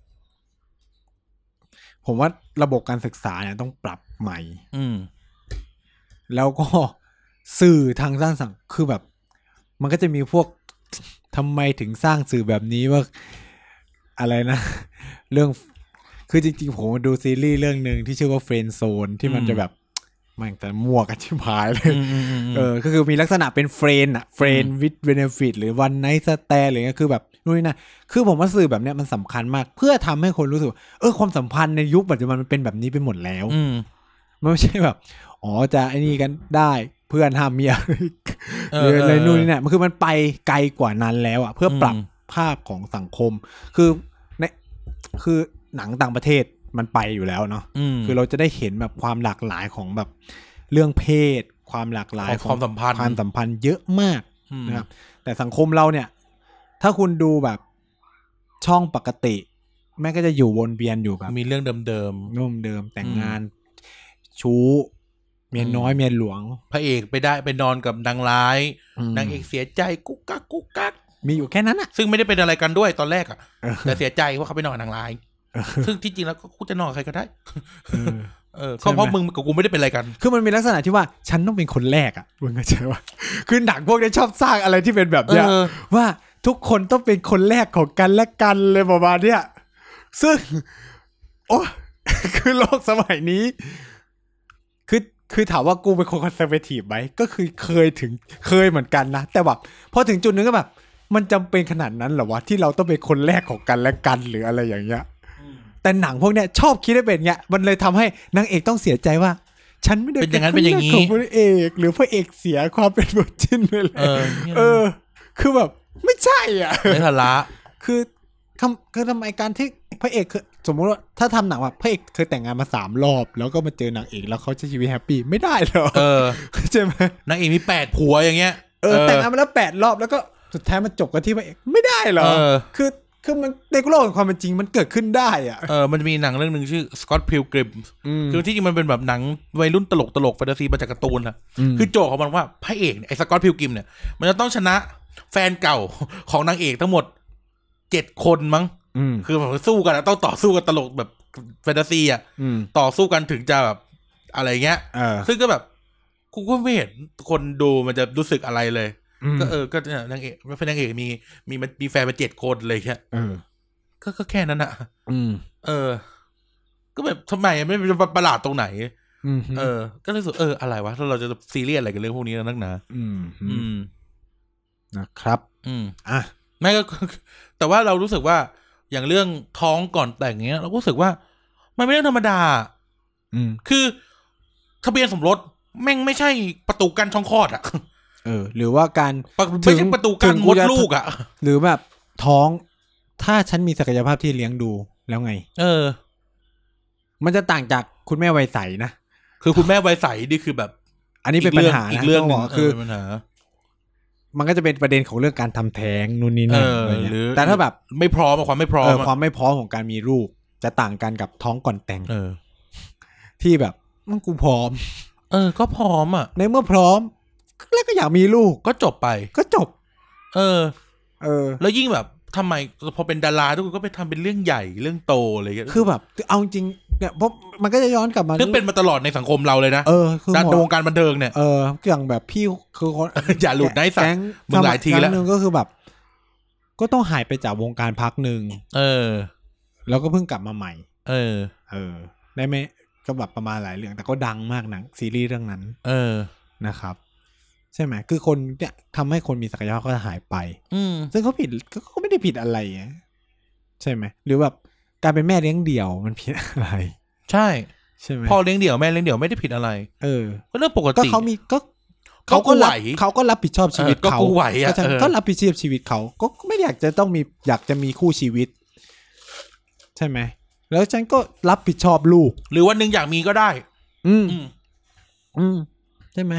ผมว่าระบบการศึกษาเนี่ยต้องปรับใหม่แล้วก็สื่อทางด้านสังคมคือแบบมันก็จะมีพวกทำไมถึงสร้างสื่อแบบนี้ว่าอะไรนะเรื่องคือจริงๆผมดูซีรีส์เรื่องนึงที่ชื่อว่าเฟรนด์โซนที่มันจะแบบมันแต่มั่วกันชิบหายเลยก็คือมีลักษณะเป็นเฟรนด์อะเฟรนด์วิดเบเนฟิตหรือวันไนท์สแตย์อะไรเงี้ยคือแบบนู่นนี่นั่นคือผมว่าสื่อแบบเนี้ยมันสำคัญมากเพื่อทำให้คนรู้สึกความสัมพันธ์ในยุคปัจจุบันมันเป็นแบบนี้ไปหมดแล้วมันไม่ใช่แบบอ๋อจะไอ้นี่กันได้เพื่อนห้ามเมียหรืออะไรนู่นนี่นั่นมันคือมันไปไกลกว่านั้นแล้วอะเพื่อปรับภาพของสังคมคือหนังต่างประเทศมันไปอยู่แล้วเนาะคือเราจะได้เห็นแบบความหลากหลายของแบบเรื่องเพศความหลากหลายของความสัมพันธ์เยอะมากนะครับแต่สังคมเราเนี่ยถ้าคุณดูแบบช่องปกติแม่ก็จะอยู่วนเวียนอยู่แบบมีเรื่องเดิมแต่งงานชู้เมียน้อยเมียหลวงพระเอกไปนอนกับนางร้ายนางเอกเสียใจกุ๊กกักมีอยู่แค่นั้นอะซึ่งไม่ได้เป็นอะไรกันด้วยตอนแรกอะแต่เสียใจว่าเขาไปนอนกับนางร้ายซึ่งที่จริงแล้วก็กูจะนอนกับใครก็ได้เพราะมึงกับกูไม่ได้เป็นอะไรกันคือมันมีลักษณะที่ว่าฉันต้องเป็นคนแรกอ่ะมึงเข้าใจว่าคือหนังพวกนี้ชอบสร้างอะไรที่เป็นแบบเนี้ยว่าทุกคนต้องเป็นคนแรกของกันและกันเลยประมาณเนี้ยซึ่งโอ้คือโลกสมัยนี้คือถามว่ากูเป็นคนคอนเซอร์เวทีฟไหมก็คือเคยเหมือนกันนะแต่แบบพอถึงจุดนึงก็แบบมันจำเป็นขนาดนั้นเหรอวะที่เราต้องเป็นคนแรกของกันและกันหรืออะไรอย่างเงี้ยแต่หนังพวกเนี้ยชอบคิดให้เป็นเงี้ยมันเลยทำให้นางเอกต้องเสียใจว่าฉันไม่ได้เป็นอย่างนั้นเป็นอย่างนี้ของพระเอกหรือพระเอกเสียความเป็นบทจินไปเลยคือแบบไม่ใช่อ่ะไม่ทะละคือทำไมการที่พระเอกคือสมมติว่าถ้าทำหนังแบบพระเอกเคยแต่งงานมา3 รอบแล้วก็มาเจอนางเอกแล้วเขาใช้ชีวิตแฮปปี้ไม่ได้หรอใช่ไหมนางเอกมี8 ผัวอย่างเงี้ยแต่งงานมาแล้ว8 รอบแล้วก็สุดท้ายมันจบกันที่พระเอกไม่ได้หรอคือมันในโลกของความเป็นจริงมันเกิดขึ้นได้อ่ะมันมีหนังเรื่องนึงชื่อ Scott Pilgrim คือที่จริงมันเป็นแบบหนังวัยรุ่นตลกแฟนตาซีมาจากการ์ตูนนะคือโจทย์ของมันว่าพระเอกไอ้ Scott Pilgrim เนี่ยมันจะต้องชนะแฟนเก่าของนางเอกทั้งหมด7 คนมั้งคือแบบสู้กันต้องต่อสู้กันตลกแบบแฟนตาซีอ่ะต่อสู้กันถึงจะแบบอะไรเงี้ยซึ่งก็แบบกูก็ไม่เห็นคนดูมันจะรู้สึกอะไรเลยก็ก็นางเอกเป็นนางเอกมีแฟนมา7 คนเลยแค่ก็แค่นั้นอ่ะก็แบบทำไมไม่เป็นประหลาดตรงไหนก็รู้สึกอะไรวะถ้าเราจะซีเรียสอะไรกับเรื่องพวกนี้นักหนานะครับไม่ก็แต่ว่าเรารู้สึกว่าอย่างเรื่องท้องก่อนแต่งเงี้ยเรารู้สึกว่ามันไม่เรื่องธรรมดาคือทะเบียนสมรสแม่งไม่ใช่ประตูกั้นช่องคลอดอ่ะหรือว่าการไม่ใช่ประตูกั้นมดลูกอ่ะหรือแบบท้องถ้าฉันมีศักยภาพที่เลี้ยงดูแล้วไงมันจะต่างจากคุณแม่วัยใสนะคือคุณแม่วัยใสนี่คือแบบอันนี้เป็นปัญหาอีกเรื่องนึงคือปัญหามันก็จะเป็นประเด็นของเรื่องการทำแท้งนู่นนี่นั่นอะไรเงี้ยแต่ถ้าแบบไม่พร้อมความไม่พร้อมความไม่พร้อมของการมีลูกจะต่างกันกับท้องก่อนแต่งที่แบบมันกูพร้อมก็พร้อมอ่ะในเมื่อพร้อมแล้วก็อยากมีลูกก็จบไปก็จบแล้วยิ่งแบบทำไมพอเป็นดาราทุกคนก็ไปทำเป็นเรื่องใหญ่เรื่องโตอะไรอย่างเงี้ยคือแบบเอาจริงเนี่ยเพราะมันก็จะย้อนกลับมาคือเป็นมาตลอดในสังคมเราเลยนะคือวงการบันเทิงเนี่ยอย่างแบบพี่คือคนอย่าหลุดได้สักมึงหลายทีแล้วนึงก็คือแบบก็ต้องหายไปจากวงการพักนึงแล้วก็เพิ่งกลับมาใหม่ได้ไหมก็แบบประมาณหลายเรื่องแต่ก็ดังมากหนังซีรีส์เรื่องนั้นนะครับใช่ไหมคือคนเนี่ยทำให้คนมีศักยภาพก็จะหายไปซึ่งเขาผิดก็ไม่ได้ผิดอะไรใช่ไหมหรือแบบการเป็นแม่เลี้ยงเดี่ยวมันผิดอะไรใช่ไหมพ่อเลี้ยงเดี่ยวแม่เลี้ยงเดี่ยวไม่ได้ผิดอะไรก็เรื่องปกติก็เขามีเขาก็ไหวเขาก็รับผิดชอบชีวิตเขาก็รับผิดชอบชีวิตเขาก็ไม่อยากจะต้องมีอยากจะมีคู่ชีวิตใช่ไหมแล้วฉันก็รับผิดชอบลูกหรือวันนึงอยากมีก็ได้ใช่ไหม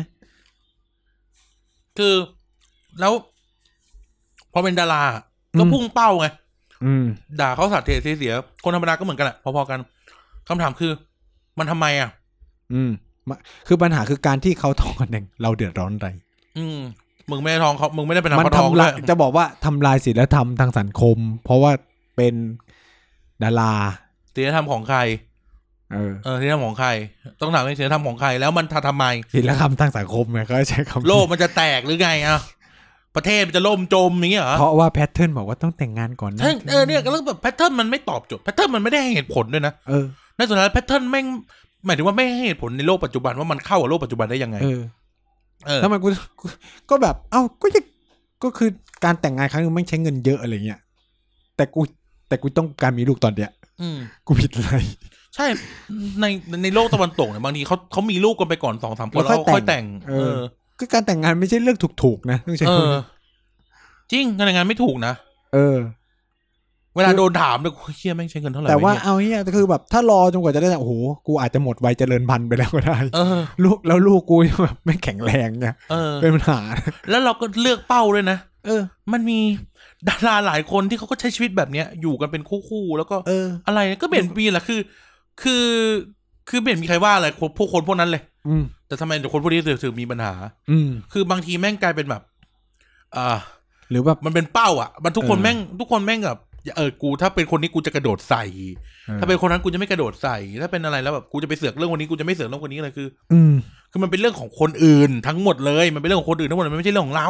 คือแล้วพอเป็นดาราก็พุ่งเป้าไงด่าเขาสัตว์เสียคนธรรมดาก็เหมือนกันแหละพอๆกันคำถามคือมันทำไมคือปัญหาคือการที่เขาท้องกันเองเราเดือดร้อนอะไรมึงไม่ได้ท้องเขามึงไม่ได้เป็นเขาท้องด้วยจะบอกว่าทำลายศีลธรรมทางสังคมเพราะว่าเป็นดาราศีลธรรมของใครศีลธรรมของใครต้องถามว่าศีลธรรมของใครแล้วมันทำไมศีลธรรมทางสังคมไงเขาใช้คำโลกมันจะแตกหรือไงประเทศมันจะล่มจมอย่างเงี้ยเหรอเพราะว่าแพทเทิร์นบอกว่าต้องแต่งงานก่อนนะเนี่ยก็เรื่องแบบแพทเทิร์นมันไม่ตอบโจทย์แพทเทิร์นมันไม่ได้ให้เหตุผลด้วยนะในส่วนนั้นแพทเทิร์นแม่งหมายถึงว่าไม่ให้เหตุผลในโลกปัจจุบันว่ามันเข้ากับโลกปัจจุบันได้ยังไงแล้วมันก็แบบก็คือการแต่งงานครั้งนึงไม่ใช้เงินเยอะอะไรเงี้ยแต่กูต้องการมีลูกตอนเนี้ยกูผิดอะไรใช่ในโลกตะวันตกเนี่ยบางทีเขามีลูกกันไปก่อน 2-3 คนแล้วค่อยแต่งก็การแต่งงานไม่ใช่เรื่องถูกๆนะต้องใช้จริงการแต่งงานไม่ถูกนะเวลาโดนถามเนี่ยเฮียแม่งใช้เงินเท่าไหร่แต่ว่าเอาเฮียคือแบบถ้ารอจนกว่าจะได้โอ้โหกูอาจจะหมดวัยเจริญพันธุ์ไปแล้วก็ได้ลูกกูแบบไม่แข็งแรงเนี่ยเป็นปัญหาแล้วเราก็เลือกเป้าด้วยนะมันมีดาราหลายคนที่เขาก็ใช้ชีวิตแบบเนี้ยอยู่กันเป็นคู่ๆแล้วก็อะไรก็เปลี่ยนปีแหละคือเปลี่ยนมีใครว่าอะไรพวกคนพวกนั้นเลยแต่ทำไมคนพวกนี้ถึงมีปัญหาคือบางทีแม่งกลายเป็นแบบหรือแบบมันเป็นเป้ามันทุกคนแม่งแบบกูถ้าเป็นคนนี้กูจะกระโดดใส่ถ้าเป็นคนนั้นกูจะไม่กระโดดใส่ถ้าเป็นอะไรแล้วแบบกูจะไปเสือกเรื่องวันนี้กูจะไม่เสือกเรื่องคนนี้อะไรคือมันเป็นเรื่องของคนอื่นทั้งหมดเลยมันเป็นเรื่องของคนอื่นทั้งหมดมันไม่ใช่เรื่องของเรา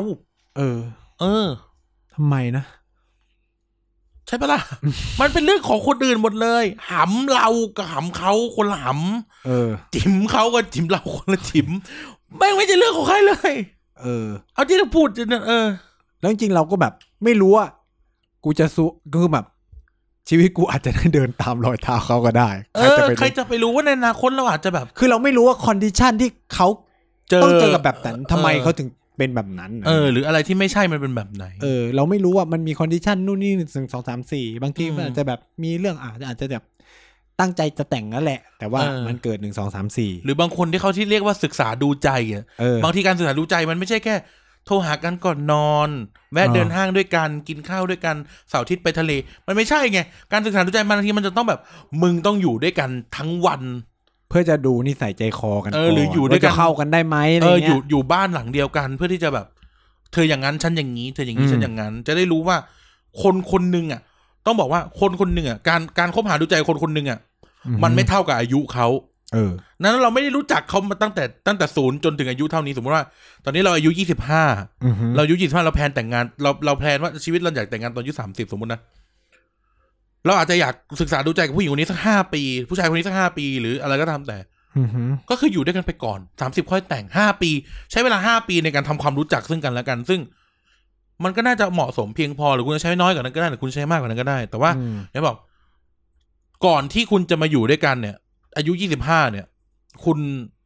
ทำไมนะใช่ปะล่ะ มันเป็นเรื่องของคนอื่นหมดเลยหำเรากับหำเขาคนละหำจิ๋มเขากับจิ๋มเราคนละจิ๋มแม่งไม่ใช่เรื่องของใครเลยเอาที่เราพูดเนี่ยแล้วจริงๆเราก็แบบไม่รู้ว่ากูจะสู้คือแบบชีวิตกูอาจจะได้เดินตามรอยเท้าเขาก็ได้ใครจะไปรู้ว่าในอนาคตเราอาจจะแบบคือเราไม่รู้ว่าคอนดิชันที่เขาต้องเจอกับแบบนั้นทำไมเขาถึงเป็นแบบนั้นหรืออะไรที่ไม่ใช่มันเป็นแบบไหนเราไม่รู้ว่ามันมีคอนดิชันนู่นนี่1 2 3 4บางทีมันอาจจะแบบมีเรื่องอาจจะแบบตั้งใจจะแต่งนั่นแหละแต่ว่ามันเกิด1 2 3 4 หรือบางคนที่เขาที่เรียกว่าศึกษาดูใจบางทีการศึกษาดูใจมันไม่ใช่แค่โทรหากันก่อนนอนแวะเดินห้างด้วยกันกินข้าวด้วยกันเสาร์อาทิตย์ไปทะเลมันไม่ใช่ไงการศึกษาดูใจบางทีมันจะต้องแบบมึงต้องอยู่ด้วยกันทั้งวันเพื่อจะดูนิสัยใจคอกันหรืออยู่ด้วยกันเข้ากันได้ไหมอะไรเงี้ยอยู่บ้านหลังเดียวกันเพื่อที่จะแบบเธออย่างนั้นฉันอย่างนี้เธออย่างนี้ฉันอย่างนั้นจะได้รู้ว่าคนนึงต้องบอกว่าคนนึงการคบหาดูใจคนนึงมันไม่เท่ากับอายุเขานั้นเราไม่ได้รู้จักเขามาตั้งแต่ศูนย์จนถึงอายุเท่านี้สมมติว่าตอนนี้เราอายุ25เราอายุ25เราแพลนแต่งงานเราแพลนว่าชีวิตเราอยากแต่งงานตอนอายุ30สมมตินะเราอาจจะอยากศึกษาดูใจกับผู้หญิงคนนี้สัก5 ปีผู้ชายคนนี้สัก5 ปีหรืออะไรก็ตามแต่ก็คืออยู่ด้วยกันไปก่อน30ค่อยแต่ง5 ปีใช้เวลา5 ปีในการทำความรู้จักซึ่งกันและกันซึ่งมันก็น่าจะเหมาะสมเพียงพอหรือคุณจะใช้น้อยกว่านั้นก็ได้หรือคุณใช้มากกว่านั้นก็ได้แต่ว่าเนี่ยบอกก่อนที่คุณจะมาอยู่ด้วยกันเนี่ยอายุ25เนี่ยคุณ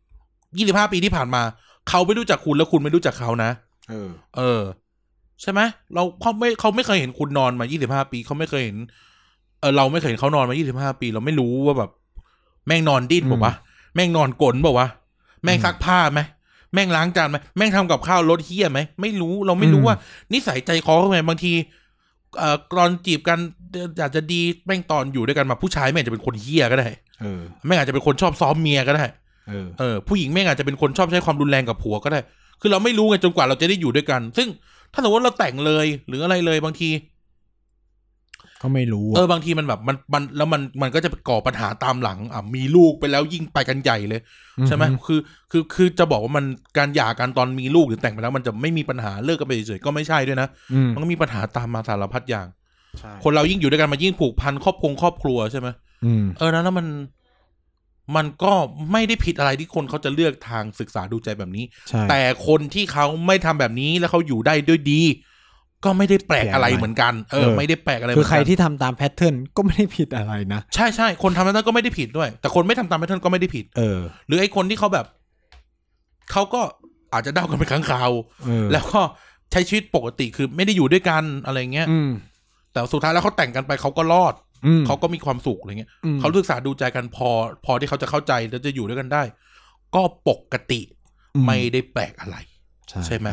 25 ปีที่ผ่านมาเขาไม่รู้จักคุณแล้วคุณไม่รู้จักเขานะใช่ไหมเขาไม่เคยเห็นคุณนอนมา25 ปีเขาไม่เคยเห็นเราไม่เคยเห็นเขานอนมา25 ปีเราไม่รู้ว่าแบบแม่งนอนดิ้นบอกว่าแม่งนอนกลนบอกว่าแม่งซักผ้าไหมแม่งล้างจานไหมแม่งทำกับข้าวรสเหี้ยไหมไม่รู้เราไม่รู้ว่านิสัยใจคอเขาไงบางทีตอนจีบกันอาจจะดีแม่งตอนอยู่ด้วยกันมาผู้ชายแม่งจะเป็นคนเหี้ยก็ได้แม่งอาจจะเป็นคนชอบซ้อมเมียก็ได้ผู้หญิงแม่งอาจจะเป็นคนชอบใช้ความรุนแรงกับผัวก็ได้คือเราไม่รู้ไงจนกว่าเราจะได้อยู่ด้วยกันซึ่งถ้าสมมติว่าเราแต่งเลยหรืออะไรเลยบางทีก็ไม่รู้บางทีมันแบบมันแล้วมันก็จะก่อปัญหาตามหลังมีลูกไปแล้วยิ่งไปกันใหญ่เลยใช่ไหมคือจะบอกว่ามันการหย่ากันตอนมีลูกหรือแต่งไปแล้วมันจะไม่มีปัญหาเลิกกันไปเฉยๆก็ไม่ใช่ด้วยนะมันก็มีปัญหาตามมาสารพัดอย่างคนเรายิ่งอยู่ด้วยกันมายิ่งผูกพันครอบครัวใช่ไหมนะแล้วมันก็ไม่ได้ผิดอะไรที่คนเขาจะเลือกทางศึกษาดูใจแบบนี้แต่คนที่เขาไม่ทำแบบนี้แล้วเขาอยู่ได้ด้วยดีก็ไม่ได้แปลกอะไรเหมือนกันไม่ได้แปลกอะไรคือใครที่ทำตามแพทเทิร์นก็ไม่ได้ผิดอะไรนะใช่คนทำแพทเทิร์นก็ไม่ได้ผิดด้วยแต่คนไม่ทำตามแพทเทิร์นก็ไม่ได้ผิดหรือไอ้คนที่เขาแบบเขาก็อาจจะเดากันเป็นครั้งคราวแล้วก็ใช้ชีวิตปกติคือไม่ได้อยู่ด้วยกันอะไรเงี้ยแต่สุดท้ายแล้วเขาแต่งกันไปเขาก็รอดเขาก็มีความสุขอะไรเงี้ยเขาศึกษาดูใจกันพอที่เขาจะเข้าใจแล้วจะอยู่ด้วยกันได้ก็ปกติไม่ได้แปลกอะไรใช่ไหม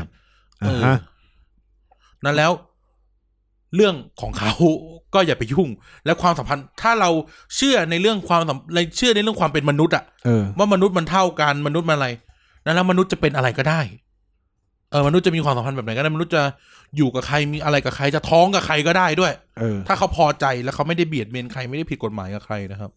นั่นแล้วเรื่องของเขาก็อย่าไปยุ่งและความสัมพันธ์ถ้าเราเชื่อในเรื่องเชื่อในเรื่องความเป็นมนุษย์ว่ามนุษย์มันเท่ากันมนุษย์มันอะไรแล้วมนุษย์จะเป็นอะไรก็ได้มนุษย์จะมีความสัมพันธ์แบบไหนก็ได้มนุษย์จะอยู่กับใครมีอะไรกับใครจะท้องกับใครก็ได้ด้วยถ้าเขาพอใจแล้วเขาไม่ได้เบียดเบียนใครไม่ได้ผิดกฎหมายกับใครนะครับ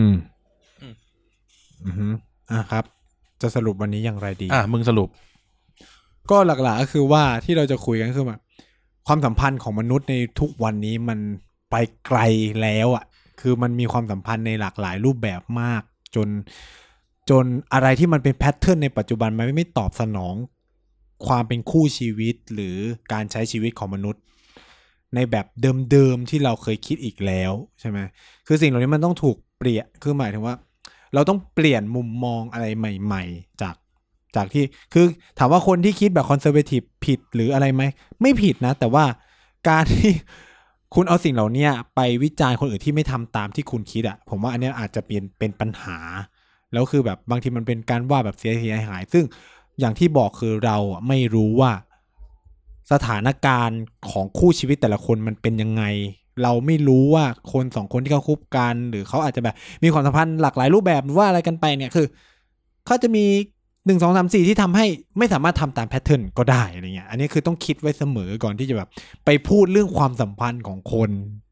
ครับ จะสรุปวันนี้อย่างไรดีมึงสรุปก็หลักๆก็คือว่าที่เราจะคุยกันคือแบบความสัมพันธ์ของมนุษย์ในทุกวันนี้มันไปไกลแล้วคือมันมีความสัมพันธ์ในหลากหลายรูปแบบมากจนอะไรที่มันเป็นแพทเทิร์นในปัจจุบันมันไม่ตอบสนองความเป็นคู่ชีวิตหรือการใช้ชีวิตของมนุษย์ในแบบเดิมๆที่เราเคยคิดอีกแล้วใช่ไหมคือสิ่งเหล่านี้มันต้องถูกเปลี่ยนคือหมายถึงว่าเราต้องเปลี่ยนมุมมองอะไรใหม่ๆจากที่คือถามว่าคนที่คิดแบบคอนเซอร์เวทีฟผิดหรืออะไรไหมไม่ผิดนะแต่ว่าการที่คุณเอาสิ่งเหล่านี้ไปวิจารณ์คนอื่นที่ไม่ทำตามที่คุณคิดผมว่าอันนี้อาจจะเป็นปัญหาแล้วคือแบบบางทีมันเป็นการว่าแบบเสียหายซึ่งอย่างที่บอกคือเราไม่รู้ว่าสถานการณ์ของคู่ชีวิตแต่ละคนมันเป็นยังไงเราไม่รู้ว่าคนสองคนที่เขาคบกันหรือเขาอาจจะแบบมีความสัมพันธ์หลากหลายรูปแบบหรือว่าอะไรกันไปเนี่ยคือเขาจะมี1 2 3 4ที่ทำให้ไม่สามารถทำตามแพทเทิร์นก็ได้อะไรเงี้ยอันนี้คือต้องคิดไว้เสมอก่อนที่จะแบบไปพูดเรื่องความสัมพันธ์ของคน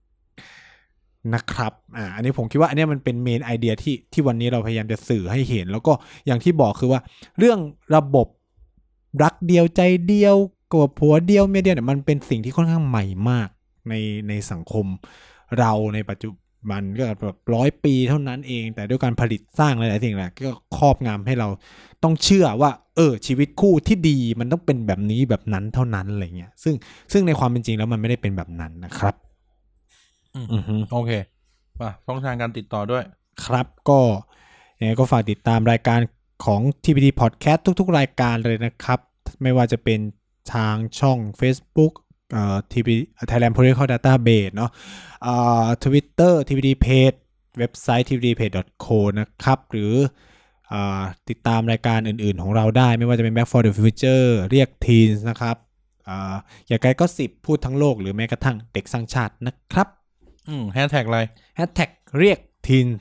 นะครับอันนี้ผมคิดว่าอันนี้มันเป็นเมนไอเดียที่วันนี้เราพยายามจะสื่อให้เห็นแล้วก็อย่างที่บอกคือว่าเรื่องระบบรักเดียวใจเดียวกับผัวเดียวเมียเดียวเนี่ยมันเป็นสิ่งที่ค่อนข้างใหม่มากในสังคมเราในปัจจุบันก็แบบ100 ปีเท่านั้นเองแต่ด้วยการผลิตสร้างหลายๆสิ่งแหละก็ครอบงำให้เราต้องเชื่อว่าชีวิตคู่ที่ดีมันต้องเป็นแบบนี้แบบนั้นเท่านั้นอะไรเงี้ยซึ่งในความเป็นจริงแล้วมันไม่ได้เป็นแบบนั้นนะครับโอเคช่องทางการติดต่อด้วยครับก็ยังไงก็ฝากติดตามรายการของ TPD Podcast ทุกๆรายการเลยนะครับไม่ว่าจะเป็นทางช่อง Facebook TPD Thailand Political Database เนาะTwitter TPD Page เว็บไซต์ tpdpage.co นะครับหรือติดตามรายการอื่นๆของเราได้ไม่ว่าจะเป็น Back for the Future เรียก Teens นะครับอย่าไกลก็10พูดทั้งโลกหรือแม้กระทั่งเด็กสร้างชาตินะครับแฮชแท็กอะไรแฮชแท็กเรียก Teens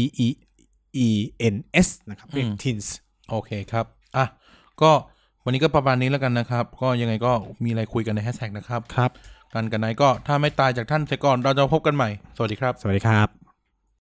TEENS นะครับเรียก Teens โอเคครับก็วันนี้ก็ประมาณนี้แล้วกันนะครับก็ยังไงก็มีอะไรคุยกันในแฮชแท็กนะครับครับกันไหนก็ถ้าไม่ตายจากท่านเสียก่อนเราจะพบกันใหม่สวัสดีครับสวัสดีครับ